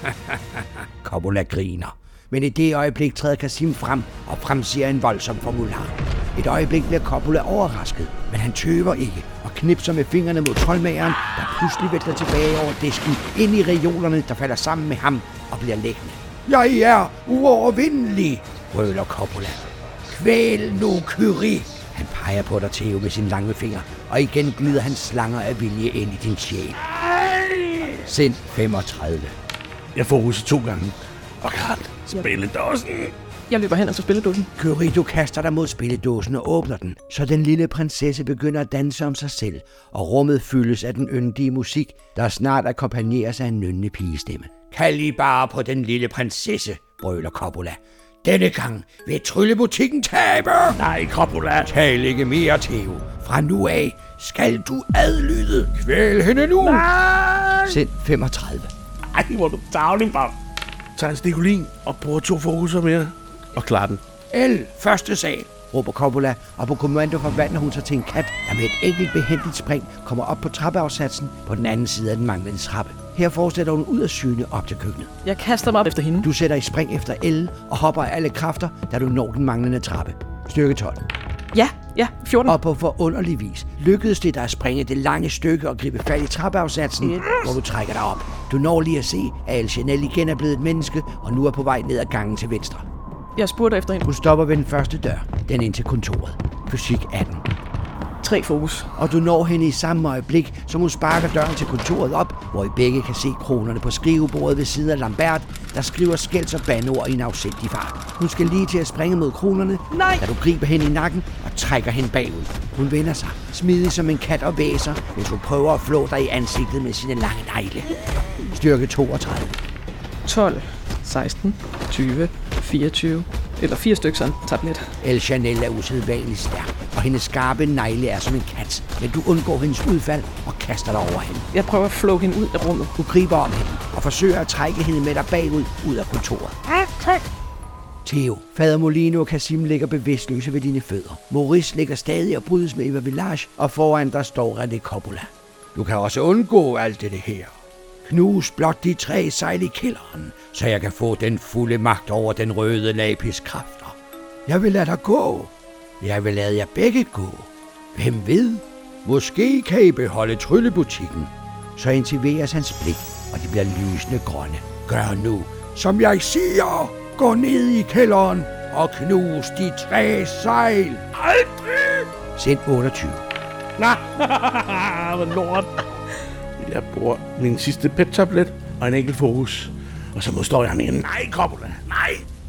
Coppola griner. Men i det øjeblik træder Kasim frem og fremsiger en voldsom formular. Et øjeblik bliver Coppola overrasket, men han tøver ikke og knipser med fingrene mod troldmageren, der pludselig vælter tilbage over disken ind i reolerne, der falder sammen med ham og bliver liggende. Jeg er uovervindelig, brøler Coppola. Kvæl nu, Kyrie. Han peger på dig, Theo, med sin lange finger, og igen glider hans slanger af vilje ind i din sjæl. Sind femogtredive. Jeg fokuser to gange. Og klart, spille dåsen. Jeg løber hen til spilledåsen. Curie, du kaster dig mod spilledåsen og åbner den, så den lille prinsesse begynder at danse om sig selv, og rummet fyldes af den yndige musik, der snart akkompagneres af en nynnende pigestemme. Kald I bare på den lille prinsesse, brøler Coppola. Denne gang vil tryllebutikken tabe. Nej, Coppola. Tal ikke mere, Theo. Fra nu af skal du adlyde. Kvæl hende nu. Nej! Send femogtredive. Ej, hvor er du tavling, bare. Tag en stikolin og bruger to fokuser mere. Og klar den. L, første sal, råber Coppola, og på kommando forvandler hun sig til en kat, der med et enkelt behendigt spring kommer op på trappeafsatsen på den anden side af den manglende trappe. Her fortsætter hun ud af syne op til køkkenet. Jeg kaster mig op efter hende. Du sætter i spring efter L og hopper af alle kræfter, da du når den manglende trappe. Styrke tolv. Ja, ja, fjorten. Og på forunderlig vis lykkedes det dig at springe det lange stykke og gribe fat i trappeafsatsen, yes. hvor du trækker dig op. Du når lige at se, at El Chanel igen er blevet et menneske, og nu er på vej ned ad gangen til venstre. Jeg spurgte efter hende. Hun stopper ved den første dør, den ind til kontoret. Fysik atten. Tre fokus. Og du når hende i samme øjeblik, som hun sparker døren til kontoret op, hvor I begge kan se kronerne på skrivebordet ved siden af Lambert, der skriver skælds og bandeord i en afsindig fart. Hun skal lige til at springe mod kronerne, Nej. da du griber hende i nakken og trækker hende bagud. Hun vender sig, smidig som en kat og væser, hvis hun prøver at flå dig i ansigtet med sine lange negle. Styrke toogtredive. tolv, seksten, tyve, fireogtyve. Eller fire stykker sådan. Tablet. El Chanel er usædvanligt stærk, og hendes skarpe negle er som en kat, men du undgår hendes udfald og kaster dig over hende. Jeg prøver at flå hende ud af rummet. Du griber om hende og forsøger at trække hende med dig bagud ud af kontoret. Theo, fader Molino og Kasim ligger bevidstløse ved dine fødder. Maurice ligger stadig og brydes med Eva Village, og foran dig står René Coppola. Du kan også undgå alt det her. Knus blot de tre sejl i kælderen, så jeg kan få den fulde magt over den røde lapis kræfter. Jeg vil lade dig gå. Jeg vil lade jer begge gå. Hvem ved? Måske kan I beholde tryllebutikken. Så intensiveres hans blik, og de bliver lysende grønne. Gør nu, som jeg siger. Gå ned i kælderen og knus de tre sejl. Aldrig! Send otteogtyve. Nej, hvor lort. Jeg bruger min sidste pet-tablet og en enkelt fokus. Og så modstår jeg igen. Nej, Coppola, nej.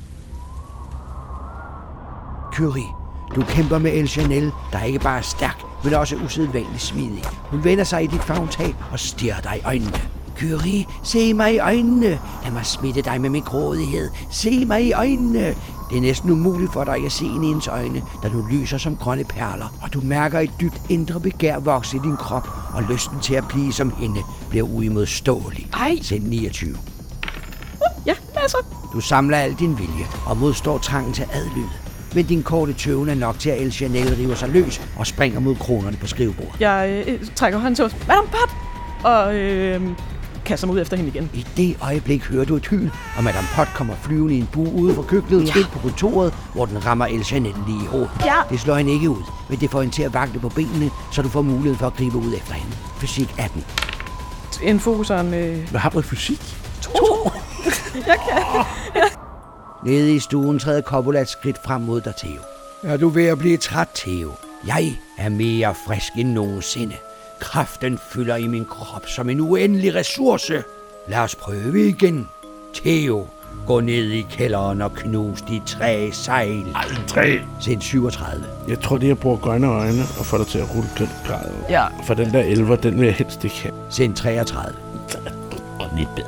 Curie, du kæmper med El Chanel, der ikke bare er stærk, men også usædvanligt smidig. Hun vender sig i dit favntag og stirrer dig i øjnene. Curie, se mig i øjnene. Lad mig smitte dig med min grådighed. Se mig i øjnene. Det er næsten umuligt for dig at se ind i hendes øjne, da du lyser som grønne perler, og du mærker et dybt indre begær vokse i din krop, og lysten til at blive som hende bliver uimodståelig. Ej. Send niogtyve. Ja, altså. Du samler al din vilje og modstår trangen til adlyde. Men din korte tøven er nok til, at El Chanel river sig løs og springer mod kronerne på skrivebordet. Jeg øh, trækker hånden til os. Madame Pot! Og øh, kaster mig ud efter hende igen. I det øjeblik hører du et hyl, og Madame Pot kommer flyvende i en bue ude fra køkkenet ja. ind på kontoret, hvor den rammer El Chanel lige i hovedet. Ja. Det slår hende ikke ud, men det får hende til at vakle på benene, så du får mulighed for at gribe ud efter hende. Fysik atten. En fokus og en... Øh... Hvad har du i fysik? To! Jeg kan... Nede i stuen træder Coppola et skridt frem mod dig, Theo. Er du ved at blive træt, Theo? Jeg er mere frisk end nogensinde. Kraften fylder i min krop som en uendelig ressource. Lad os prøve igen. Theo, gå ned i kælderen og knus de tre sejl. Aldrig. Send syvogtredive. Jeg tror, det er at bruge grønne øjne og få dig til at rulle den grad. Ja. For den der elver, den vil jeg helst ikke have. Send treogtredive. Og lidt bedre.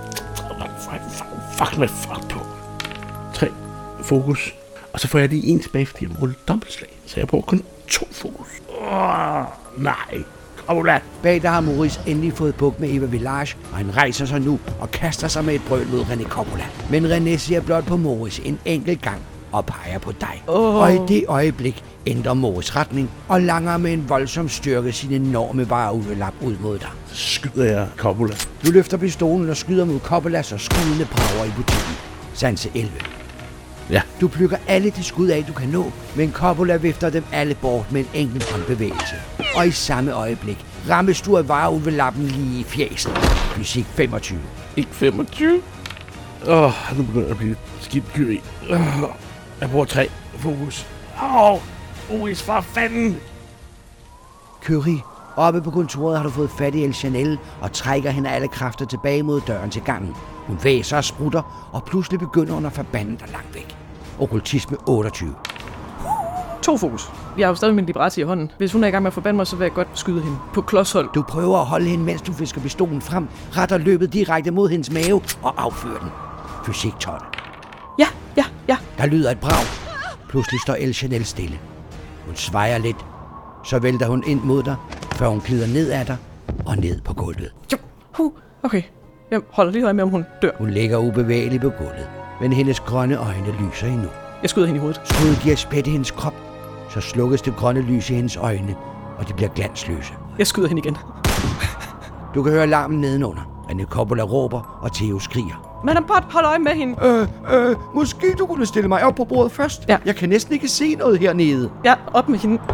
Fuck med fart på. Tre. Fokus. Og så får jeg lige en tilbage, fordi jeg ruller dobbeltslag. Så jeg bruger kun to fokus. Åh, nej. Coppola. Bag der har Maurice endelig fået bugt med Eva Village, og han rejser sig nu og kaster sig med et brøl mod René Coppola. Men René ser blot på Maurice en enkelt gang og peger på dig. Oh. Og i det øjeblik ændrer Maurice retning og langer med en voldsom styrke sin enorme varulvelap ud mod dig. Så skyder jeg Coppola. Du løfter pistolen og skyder mod Coppola, så skuddene brager i butikken. Sanse elleve. Ja. Du plukker alle de skud af, du kan nå, men Coppola vifter dem alle bort med en enkelt håndbevægelse. Og i samme øjeblik rammes du af varulvelappen lige i fjæsen. Fysik femogtyve. Ikke femogtyve? Åh, oh, nu begynder jeg at blive skidt Curie. Oh, jeg bruger tre. Fokus. Åh, oh, Maurice, for fanden! Curie, oppe på kontoret har du fået fat i El Chanel og trækker hende alle kræfter tilbage mod døren til gangen. Hun væser og sprutter, og pludselig begynder hun at forbande dig langt væk. Okkultisme otteogtyve. To fokus. Jeg har jo stadig min Liberace i hånden. Hvis hun er i gang med at forbande mig, så vil jeg godt skyde hende på klodshold. Du prøver at holde hende, mens du fisker pistolen frem, retter løbet direkte mod hendes mave og affyrer den. Fysik tolv. Ja, ja, ja. Der lyder et brag. Pludselig står El Chanel stille. Hun svejer lidt. Så vælter hun ind mod dig, før hun glider ned ad dig og ned på gulvet. Jo, hu. Okay. Jeg holder lige øje med, om hun dør. Hun ligger ubevægelig på gulvet, men hendes grønne øjne lyser endnu. Jeg skyder hende i hovedet. Skuddet giver spæt i hendes krop, så slukkes det grønne lys i hendes øjne, og de bliver glansløse. Jeg skyder hende igen. Du kan høre larmen nedenunder. René Coppola råber, og Theo skriger. Madame Pot, hold øje med hende. Øh, øh, måske du kunne stille mig op på bordet først? Ja. Jeg kan næsten ikke se noget hernede. Ja, op med hende.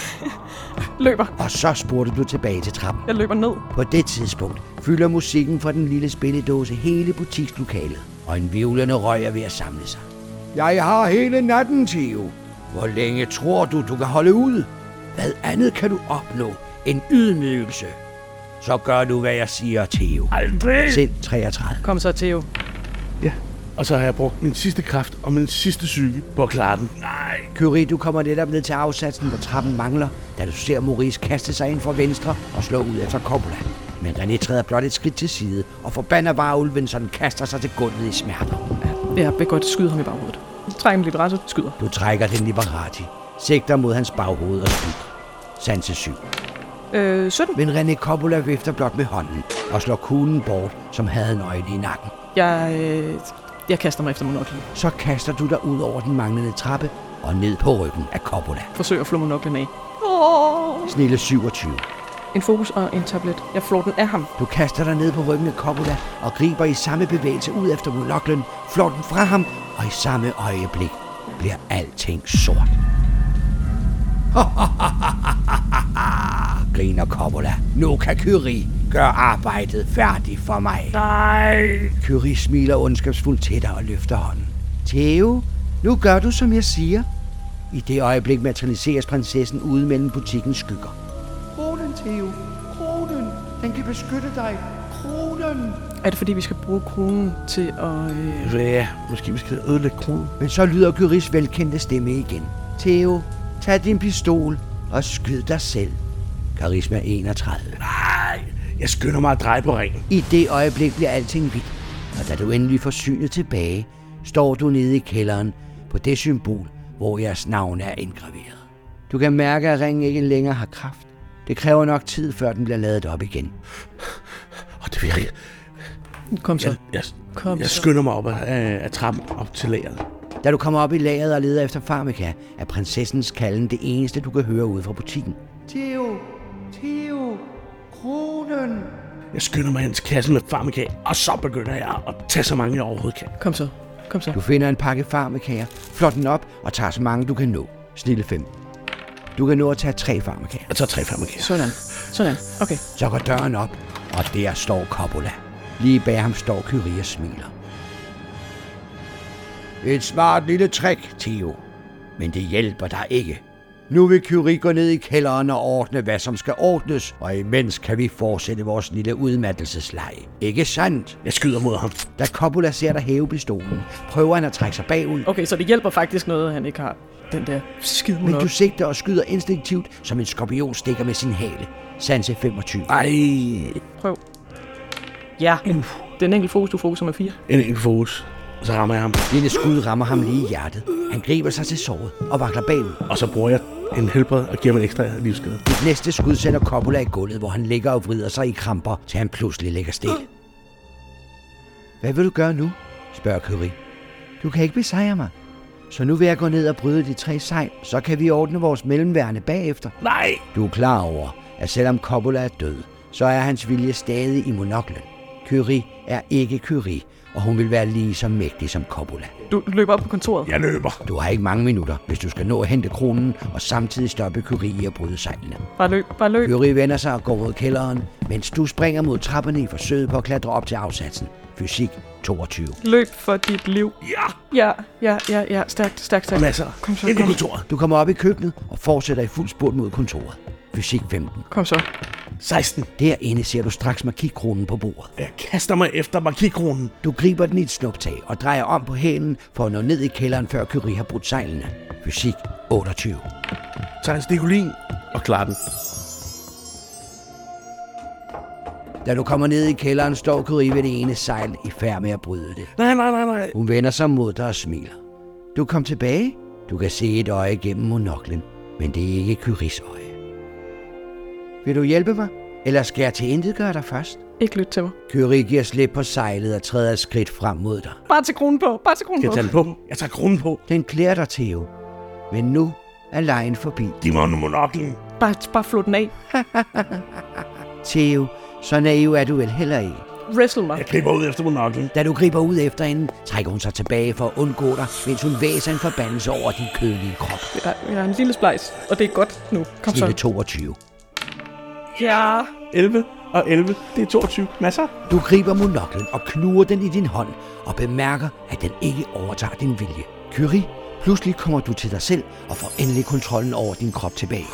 Løber. Og så spurgte du tilbage til trappen. Jeg løber ned. På det tidspunkt fylder musikken fra den lille spilledåse hele butikslokalet, og en hvirvlende røg er ved at samle sig. Jeg har hele natten, Theo. Hvor længe tror du, du kan holde ud? Hvad andet kan du opnå end ydmygelse? Så gør du, hvad jeg siger, Theo. Aldrig! Sind treogtredive. Kom så, Theo. Ja, og så har jeg brugt min sidste kraft og min sidste psyke på at klare den. Nej. Curie, du kommer netop ned til afsatsen, hvor trappen mangler, da du ser Maurice kaste sig ind fra venstre og slå ud efter Coppola. Men René træder blot et skridt til side og forbander varulven, så den kaster sig til gulvet i smerter. Jeg vil godt skyde ham i baghovedet. Træk en Liberace, skyder. Du trækker den Liberati, sigter mod hans baghoved og skyder. Sanse syv. Øh, sytten. Men René Coppola vifter blot med hånden og slår kuglen bort, som havde en øjne i nakken. Jeg, øh, jeg kaster mig efter monoklen. Så kaster du dig ud over den manglende trappe og ned på ryggen af Coppola. Forsøger at flå monoklen af. Oh. Snille syvogtyve. En fokus og en tablet. Jeg flår den af ham. Du kaster dig ned på ryggen af Coppola og griber i samme bevægelse ud efter monoklen, flår den fra ham, og i samme øjeblik bliver alting sort. Griner Coppola. Nu kan Curie gøre arbejdet færdigt for mig. Nej. Curie smiler ondskabsfuldt til dig og løfter hånden. Theo, nu gør du, som jeg siger. I det øjeblik materialiseres prinsessen ude mellem butikkens skygger. Kronen, Theo. Kronen. Den kan beskytte dig. Kronen. Er det fordi, vi skal bruge kronen til at... Øh... Ja, måske vi skal ødelægge kronen. Men så lyder Curies velkendte stemme igen. Theo, tag din pistol og skyd dig selv. Karisma enogtredive. Nej, jeg skynder mig at dreje på ringen. I det øjeblik bliver alting hvidt, og da du endelig får synet tilbage, står du nede i kælderen på det symbol, hvor jeres navn er indgraveret. Du kan mærke, at ringen ikke længere har kraft. Det kræver nok tid, før den bliver ladet op igen. Og det virker. Kom så. Jeg, jeg, Kom jeg så. skynder mig op af, af trappen op til lageret. Da du kommer op i lageret og leder efter farmaka, er prinsessens kalden det eneste, du kan høre ude fra butikken. Theo. Theo. Kronen. Jeg skynder mig hen til kassen med farmaka, og så begynder jeg at tage så mange jeg overhovedet kan. Kom så. Kom så. Du finder en pakke farmakager, flår den op og tager så mange du kan nå. Snille fem. Du kan nå at tage tre farmakager. Jeg tager tre farmaka. Sådan. Sådan. Okay. Så går døren op, og der står Coppola. Lige bag ham står Curie og smiler. Et smart lille trick, Theo. Men det hjælper dig ikke. Nu vil Curie gå ned i kælderen og ordne, hvad som skal ordnes, og imens kan vi fortsætte vores lille udmattelsesleje. Ikke sandt? Jeg skyder mod ham. Da Coppola ser dig hæve pistolen, prøver han at trække sig bagud. Okay, så det hjælper faktisk noget, at han ikke har den der skide Men monok. du sigter og skyder instinktivt, som en skorpion stikker med sin hale. Sanse femogtyve. Ej. Prøv. Ja. Den enkelt fokus, du fokuser med fire. En enkelt fokus. Og så rammer jeg ham. Lille skud rammer ham lige i hjertet. Han griber sig til såret og vakler bagud. Og så bruger jeg en helbred og giver mig en ekstra livsskade. Dit næste skud sender Coppola i gulvet, hvor han ligger og vrider sig i kramper, til han pludselig ligger stille. Hvad vil du gøre nu? Spørger Curie. Du kan ikke besejre mig. Så nu vil jeg gå ned og bryde de tre sejl, så kan vi ordne vores mellemværende bagefter. Nej! Du er klar over, at selvom Coppola er død, så er hans vilje stadig i monoklen. Curie er ikke Curie, og hun vil være lige så mægtig som Coppola. Du løber op på kontoret. Jeg løber. Du har ikke mange minutter, hvis du skal nå at hente kronen og samtidig stoppe Curie i at bryde sejlene. Bare løb. Bare løb. Curie vender sig og går mod kælderen, mens du springer mod trapperne i forsøget på at klatre op til afsatsen. Fysik toogtyve. Løb for dit liv. Ja! Ja, ja, ja, ja. Stærkt, stærkt, stærkt. Masser. Kom så, Ind på kom. kontoret. Du kommer op i køkkenet og fortsætter i fuld spurt mod kontoret. Fysik femten. Kom så. seksten. Derinde ser du straks markikkronen på bordet. Jeg kaster mig efter markikkronen. Du griber den i et snuptag og drejer om på hælen for at nå ned i kælderen, før Curie har brudt sejlene. Fysik otteogtyve. Tager en stikolin og klarer den. Da du kommer ned i kælderen, står Curie ved det ene sejl i færd med at bryde det. Nej, nej, nej, nej. Hun vender sig mod dig og smiler. Du kom tilbage. Du kan se et øje gennem monoklen, men det er ikke Curies øje. Vil du hjælpe mig? Eller skal jeg til intet gøre dig først? Ikke lyt til mig. Curie giver slip på sejlet og træder et skridt frem mod dig. Bare til kronen på. Bare til kronen Skal på. jeg tage den på? Jeg tager kronen på. Den klæder dig, Theo. Men nu er lejen forbi. Giv mig monoklen. Bare, bare flå den af. Theo, så naiv er du vel heller ikke. Wrestle mig. Jeg griber ud efter monoklen. Da du griber ud efter hende, trækker hun sig tilbage for at undgå dig, mens hun væser en forbandelse over din kødelige krop. Jeg er, jeg er en lille splejs, og det er godt nu. Kom Snille så. toogtyve. Ja. elleve og elleve. Det er toogtyve. Masser. Du griber monoklen og knuger den i din hånd og bemærker, at den ikke overtager din vilje. Curie, pludselig kommer du til dig selv og får endelig kontrollen over din krop tilbage.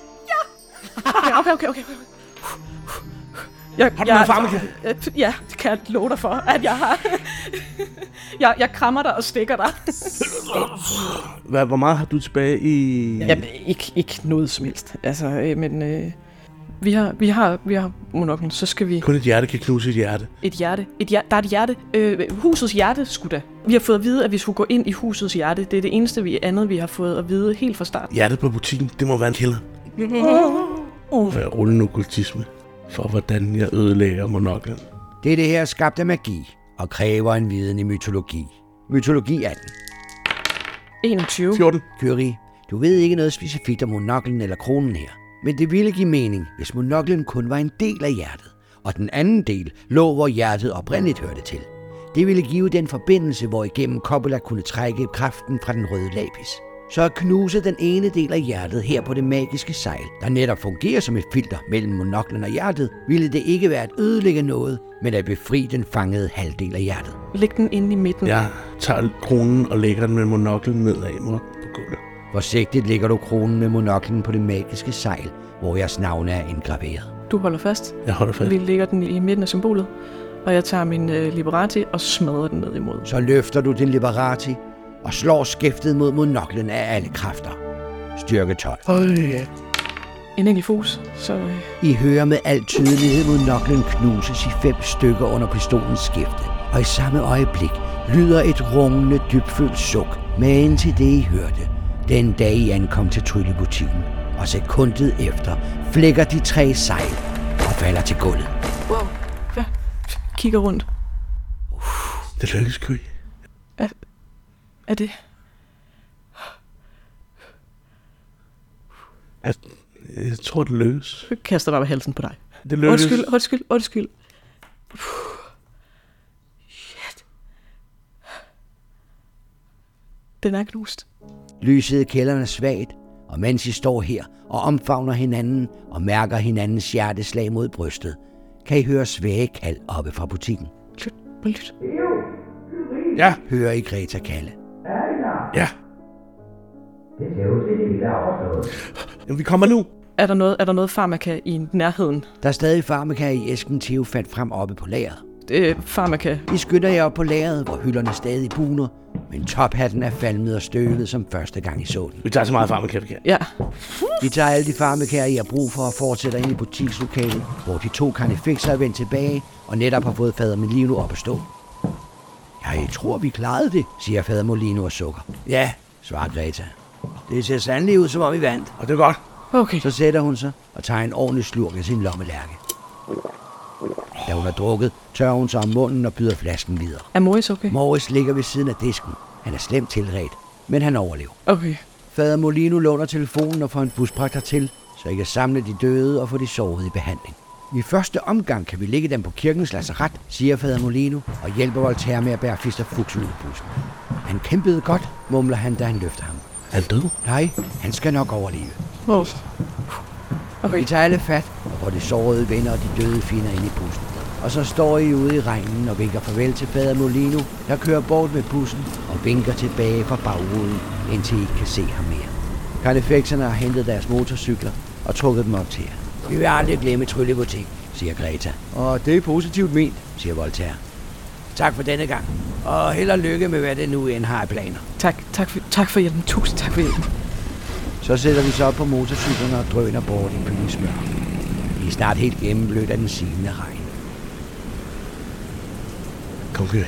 Okay, okay, okay. okay. Jeg, Har du noget farmaka? jeg, ja, det kan jeg love dig for, at jeg har. jeg, jeg krammer dig og stikker dig. Hvad, hvor meget har du tilbage i... Jamen, ikke, ikke noget som helst. Altså, øh, men øh, vi har, vi har, vi har monoklen, så skal vi... Kun et hjerte kan knuse et hjerte. Et hjerte. Et hjerte. Der er et hjerte. Øh, husets hjerte, skulle da. Vi har fået at vide, at vi skulle gå ind i husets hjerte. Det er det eneste vi andet, vi har fået at vide helt fra start. Hjertet på butikken, det må være en kælder. Uh. Jeg ruller en okkultisme for, hvordan jeg ødelægger monoklen. Det er det her skabt af magi og kræver en viden i mytologi. Mytologi atten. enogtyve. fjorten. Curie, du ved ikke noget specifikt om monoklen eller kronen her. Men det ville give mening, hvis monoklen kun var en del af hjertet, og den anden del lå, hvor hjertet oprindeligt hørte til. Det ville give den forbindelse, hvor igennem Coppola kunne trække kraften fra den røde lapis. Så at knuse den ene del af hjertet her på det magiske sejl, der netop fungerer som et filter mellem monoklen og hjertet, ville det ikke være at ødelægge noget, men at befri den fangede halvdel af hjertet. Læg den inde i midten. Jeg tager kronen og lægger den med monoklen nedad mod på gulvet. Forsigtigt lægger du kronen med monoklen på det magiske sejl, hvor jeres navne er indgraveret. Du holder fast. Jeg holder fast. Vi lægger den i midten af symbolet, og jeg tager min øh, liberati og smadrer den ned imod. Så løfter du din liberati og slår skæftet mod monoklen af alle kræfter. Styrke tolv. Øj, ja. En enkelt fus, så... Øh, I hører med al tydelighed monoklen knuses i fem stykker under pistolens skæfte, og i samme øjeblik lyder et rungende, dybfølt suk, magen til det I hørte, den dag I ankom til tryllebutikken, og sekundet efter flækker de tre sejl og falder til gulvet. wow. Ja. Kigger rundt. Det lykkes, Curie. Er, er det... Jeg, jeg tror, det lykkes. Jeg kaster bare med halsen på dig. Det lykkes. Undskyld, undskyld, undskyld. Shit. Den er knust. Lyset i kælderen er svagt, og mens I står her og omfavner hinanden og mærker hinandens hjerteslag mod brystet, kan I høre svage kald oppe fra butikken. Lyt, lyt. Ja, Hører I Greta kalde. ja. Det ser ud til, at det hele er overstået. Jamen, vi kommer nu. Er der noget, er der noget farmaka i nærheden? Der er stadig farmaka i æsken, Theo fandt frem oppe på lageret. Øh, farmaka. I skynder jer op på lageret, hvor hylderne stadig buner, men tophatten er falmet og støvet som første gang I så den. Vi tager så meget farmaka, vi kan. Ja. I tager alle de farmakaer, I har brug for, og fortsætter ind i butikslokalet, hvor de to karnefixer er vendt tilbage og netop har fået fader Molino op at stå. Ja, jeg tror, vi klarede det, siger fader Molino og sukker. Ja, svarer Greta. Det ser sandelig ud, som om vi vandt. Og det er godt. Okay. Så sætter hun sig og tager en ordentlig slurk af sin lommelærke. Da hun har drukket, tørrer hun sig om munden og byder flasken videre. Er Morris okay? Morris ligger ved siden af disken. Han er slemt tilredt, men han overlever. Okay. Fader Molino låner telefonen og får en bus bragt hertil, så I kan samle de døde og få de sårede i behandling. I første omgang kan vi lægge dem på kirkens lazaret, siger fader Molino, og hjælper Voltaire med at bære Fister Fuchs ud af bussen. Han kæmpede godt, mumler han, da han løfter ham. Er han død? Nej, han skal nok overleve. Wow. Okay. Vi tager alle fat, og får de sårede venner og de døde finder ind i bussen. Og så står I ude i regnen og vinker farvel til fader Molino, der kører bort med bussen og vinker tilbage fra bagruden, indtil I ikke kan se ham mere. Karnefekserne har hentet deres motorcykler, og trukket dem op til jer. Vi vil aldrig glemme Tryllebutik, siger Greta. Og det er positivt ment, siger Voltaire. Tak for denne gang, og held og lykke med, hvad det nu end har i planer. Tak, tak for, tak for hjælpen. Tusind tak for hjælpen. Så sætter vi så op på motorcyklerne og drøner bort i byens mørke. Vi er snart helt gennemblødt af den silende regn. Kom, Kyrie.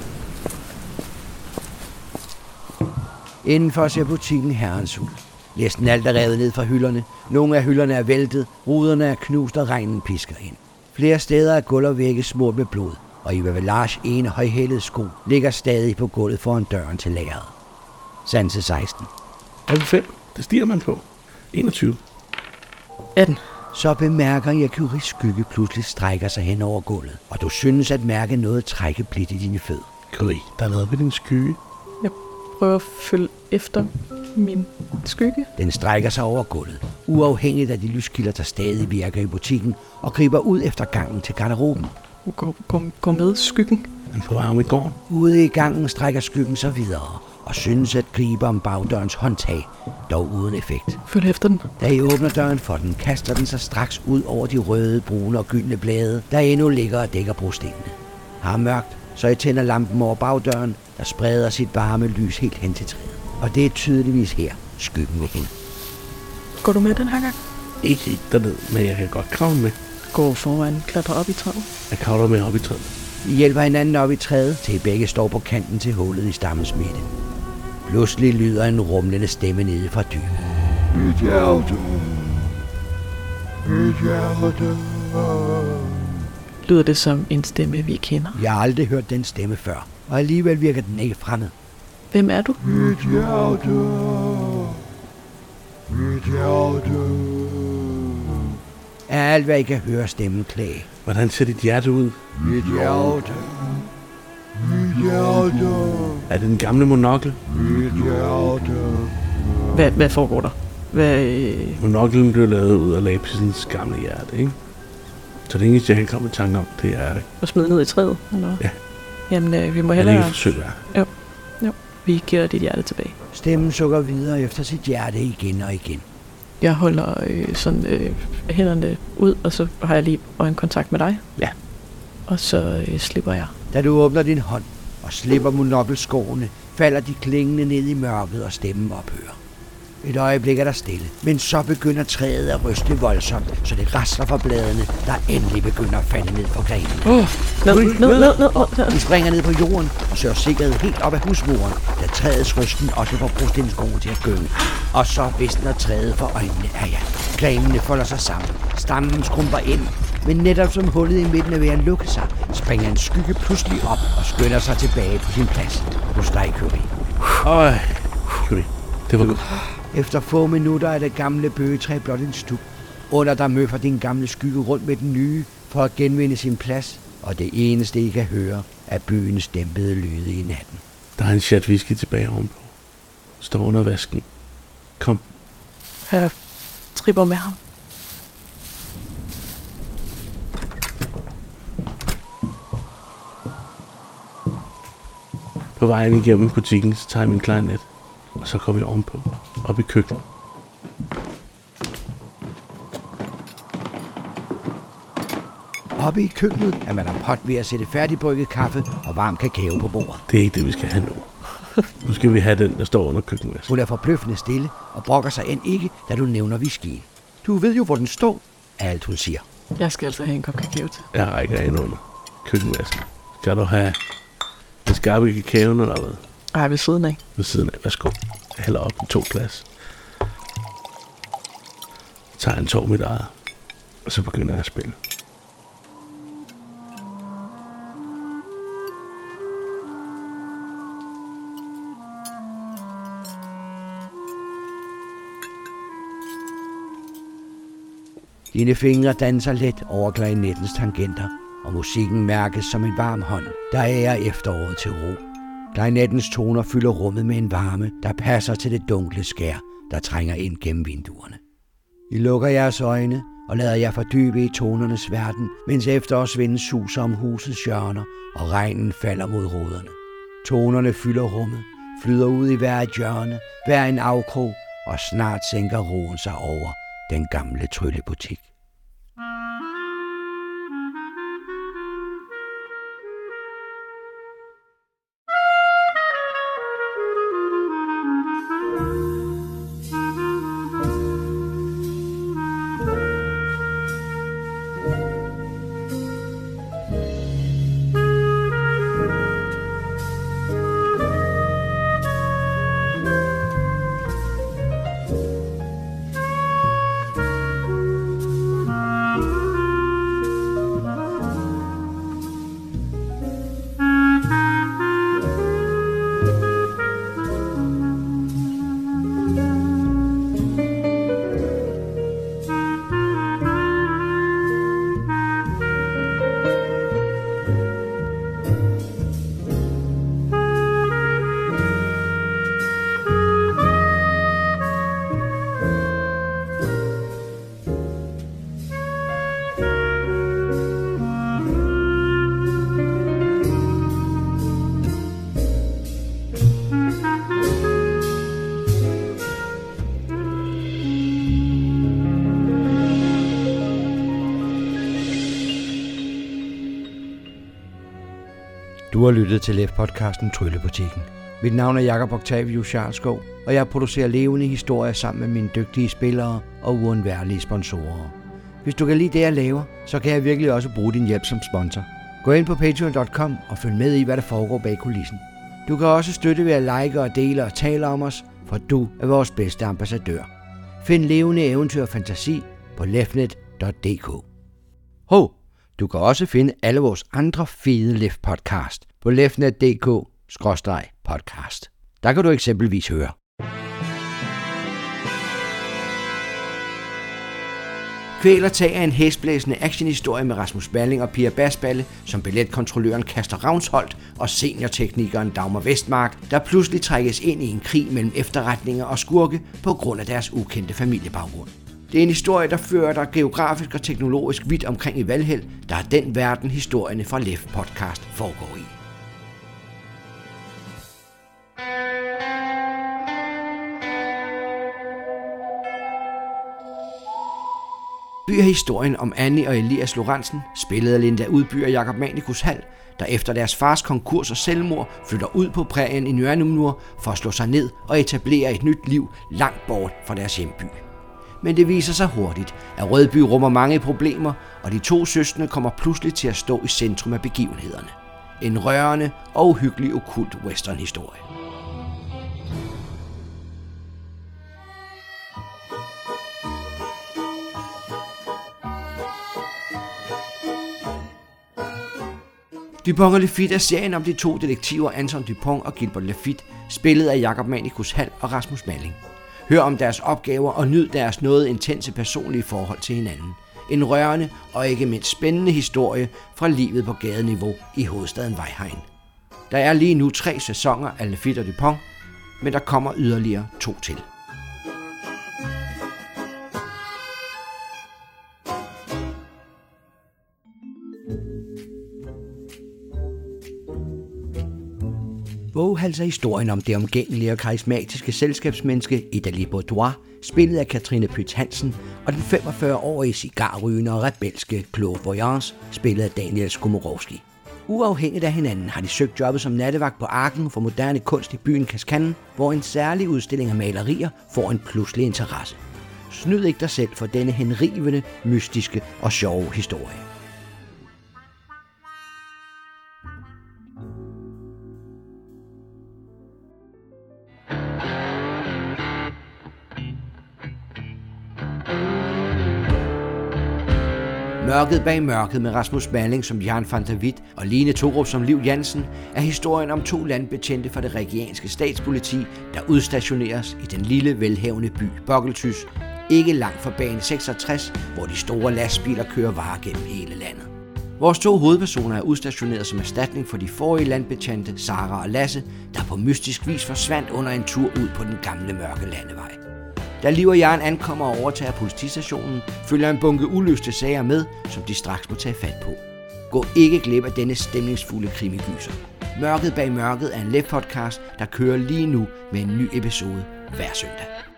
Indenfor ser butikken herrens ud. Næsten alt er revet ned fra hylderne. Nogle af hylderne er væltet, ruderne er knust og regnen pisker ind. Flere steder er gulv og vægge smurt med blod, og Iva Velage ene højhælede sko ligger stadig på gulvet foran døren til lageret. Sanse seksten. Er vi fem? Det stiger man på. enogtyve. atten. Så bemærker jeg, at Kyries skygge pludselig strækker sig hen over gulvet, og du synes at mærke noget trække blidt i dine fødder. Kyrie, der er noget ved din skygge. Jeg prøver at følge efter min skygge. Den strækker sig over gulvet, uafhængigt af de lyskilder, der stadig virker i butikken, og griber ud efter gangen til garderoben. Gå, gå, gå med skyggen. Den på vej om i gården. Ude i gangen strækker skyggen sig videre, og synes at gribe om bagdørens håndtag, dog uden effekt. Følg efter den. Da I åbner døren for den, kaster den sig straks ud over de røde, brune og gyldne blade, der endnu ligger og dækker brostenene. Har mørkt, så I tænder lampen over bagdøren, der spreder sit varme lys helt hen til træet. Og det er tydeligvis her, skyggen vil hen. Går du med den her gang? Ikke helt derned, men jeg kan godt kravle med. Gå foran, klatre op i træet. Jeg kravler med op i træet. I hjælper hinanden op i træet, til I begge står på kanten til hullet i stammens midte. Pludselig lyder en rumlende stemme nede fra dybet. Mit hjerte. Mit hjerte. Lyder det som en stemme, vi kender? Jeg har aldrig hørt den stemme før, og alligevel virker den ikke fremmed. Hvem er du? Mit hjerte. Mit hjerte. Er alt, hvad I kan høre stemmen klage. Hvordan ser dit hjerte ud? Mit hjerte. Mit hjerte. Er det den gamle monokkel? Mit hjerte. Hvad, hvad foregår der? Hvad, øh... Monoklen blev lavet ud af Lapisens gamle hjerte, ikke? Så det eneste, jeg kan komme i tanke om, det er... at smide ned i træet, eller hvad? Ja. Jamen, øh, vi må Er det hellere... ikke et forsøg værd? Jo, jo. Vi giver dit hjerte tilbage. Stemmen sukker videre efter sit hjerte igen og igen. Jeg holder øh, sådan øh, hænderne ud, og så har jeg lige øjenkontakt med dig. Ja. Og så øh, slipper jeg. Da du åbner din hånd og slipper monokkelskårene, falder de klingende ned i mørket, og stemmen ophører. Et øjeblik er der stille, men så begynder træet at ryste voldsomt, så det rasler fra bladene, der endelig begynder at falde ned fra grenene. Åh, oh, ned, ned, ned, ned, ned, ned. De springer ned på jorden og søger sikkerhed helt op ad husmuren, da træets rysten også får brostensgården til at gynge. Og så visner træet for øjnene af jer. Grenene folder sig sammen, stammen skrumper ind, men netop som hullet i midten er ved at lukke sig, springer en skygge pludselig op og skynder sig tilbage på sin plads hos dig, Kyrie. Øj, Kyrie, det var godt. Efter få minutter er det gamle bøgetræ blot en stup. Under der møffer din gamle skygge rundt med den nye for at genvinde sin plads, og det eneste I kan høre er byens dæmpede lyde i natten. Der er en chat whisky tilbage ovenpå. Står under vasken. Kom. Jeg tripper med ham. På vejen igennem butikken, så tager jeg min klarinet. Og så kommer vi ovenpå. Op i køkkenet. Oppe i køkkenet er Madame Pot ved at sætte færdigbrygget kaffe og varm kakao på bordet. Det er ikke det, vi skal have nu. Nu skal vi have den, der står under køkkenvasken. Hun er forbløffende stille og brokker sig end ikke, da du nævner whiskyen. Du ved jo, hvor den står, er alt hun siger. Jeg skal altså have en kop kakao til. Jeg rækker ind under køkkenvasken. Skal du have den skarpe kakao eller hvad? Ej, ved siden af. Ved siden af. Værsgo. Jeg hælder op i to glas. Tager en tår mit eget. Og så begynder jeg at spille. Dine fingre danser let over klarinettens tangenter, og musikken mærkes som en varm hånd, der ærer efteråret til ro. Klarinettens toner fylder rummet med en varme, der passer til det dunkle skær, der trænger ind gennem vinduerne. I lukker jeres øjne og lader jer fordybe i tonernes verden, mens efterårsvinden suser om husets hjørner, og regnen falder mod ruderne. Tonerne fylder rummet, flyder ud i hver et hjørne, hver en afkrog, og snart sænker roen sig over den gamle tryllebutik. Du har lyttet til Lef-podcasten Tryllebutikken. Mit navn er Jakob Octavius Scharskov, og jeg producerer levende historier sammen med mine dygtige spillere og uundværlige sponsorer. Hvis du kan lide det, jeg laver, så kan jeg virkelig også bruge din hjælp som sponsor. Gå ind på patreon punktum com og følg med i, hvad der foregår bag kulissen. Du kan også støtte ved at like og dele og tale om os, for du er vores bedste ambassadør. Find levende eventyr og fantasi på lefnet punktum d k. Hov! Du kan også finde alle vores andre fede Lef-podcast på lefnet punktum d k skråstreg podcast. Der kan du eksempelvis høre. Kvælertag er en hæsblæsende actionhistorie med Rasmus Malling og Pia Basballe som billetkontrolløren Kaster Ravnsholdt og seniorteknikeren Dagmar Vestmark, der pludselig trækkes ind i en krig mellem efterretninger og skurke på grund af deres ukendte familiebaggrund. Det er en historie, der fører dig geografisk og teknologisk vidt omkring i Valhæll, der er den verden, historierne fra Lef-podcast foregår i. By er historien om Annie og Elias Lorentzen, spillet af Linda Udby og Jakob Manikus Hald, der efter deres fars konkurs og selvmord flytter ud på prærien i Nørnumnur for at slå sig ned og etablere et nyt liv langt bort fra deres hjemby. Men det viser sig hurtigt, at Rødby rummer mange problemer, og de to søstre kommer pludselig til at stå i centrum af begivenhederne. En rørende og uhyggelig okkult westernhistorie. Dupont og Lafitte er serien om de to detektiver Anton Dupont og Gilbert Lafitte, spillet af Jakob Manikus Hald og Rasmus Malling. Hør om deres opgaver og nyd deres noget intense personlige forhold til hinanden. En rørende og ikke mindst spændende historie fra livet på gadeniveau i hovedstaden Weihegn. Der er lige nu tre sæsoner af Lafitte og Dupont, men der kommer yderligere to til. Våghals er historien om det omgængelige og karismatiske selskabsmenneske Idali Boudoir, spillet af Katrine Pyt Hansen, og den femogfyrre-årige cigarrygende og rebelske Claude Voyance, spillet af Daniel Skomorowski. Uafhængigt af hinanden har de søgt jobbet som nattevagt på Arken for moderne kunst i byen Kaskanen, hvor en særlig udstilling af malerier får en pludselig interesse. Snyd ikke dig selv for denne henrivende, mystiske og sjove historie. Mørket bag mørket med Rasmus Malling som Jan van der Witt og Line Torup som Liv Jansen er historien om to landbetjente fra det regionske statspoliti, der udstationeres i den lille, velhavende by Bokkeltys, ikke langt fra bane seksogtres, hvor de store lastbiler kører varer gennem hele landet. Vores to hovedpersoner er udstationeret som erstatning for de forrige landbetjente, Sara og Lasse, der på mystisk vis forsvandt under en tur ud på den gamle mørke landevej. Da Liv og Jørgen ankommer og overtager politistationen, følger en bunke uløste sager med, som de straks må tage fat på. Gå ikke glip af denne stemningsfulde krimegyser. Mørket bag mørket er en Lef-podcast, der kører lige nu med en ny episode hver søndag.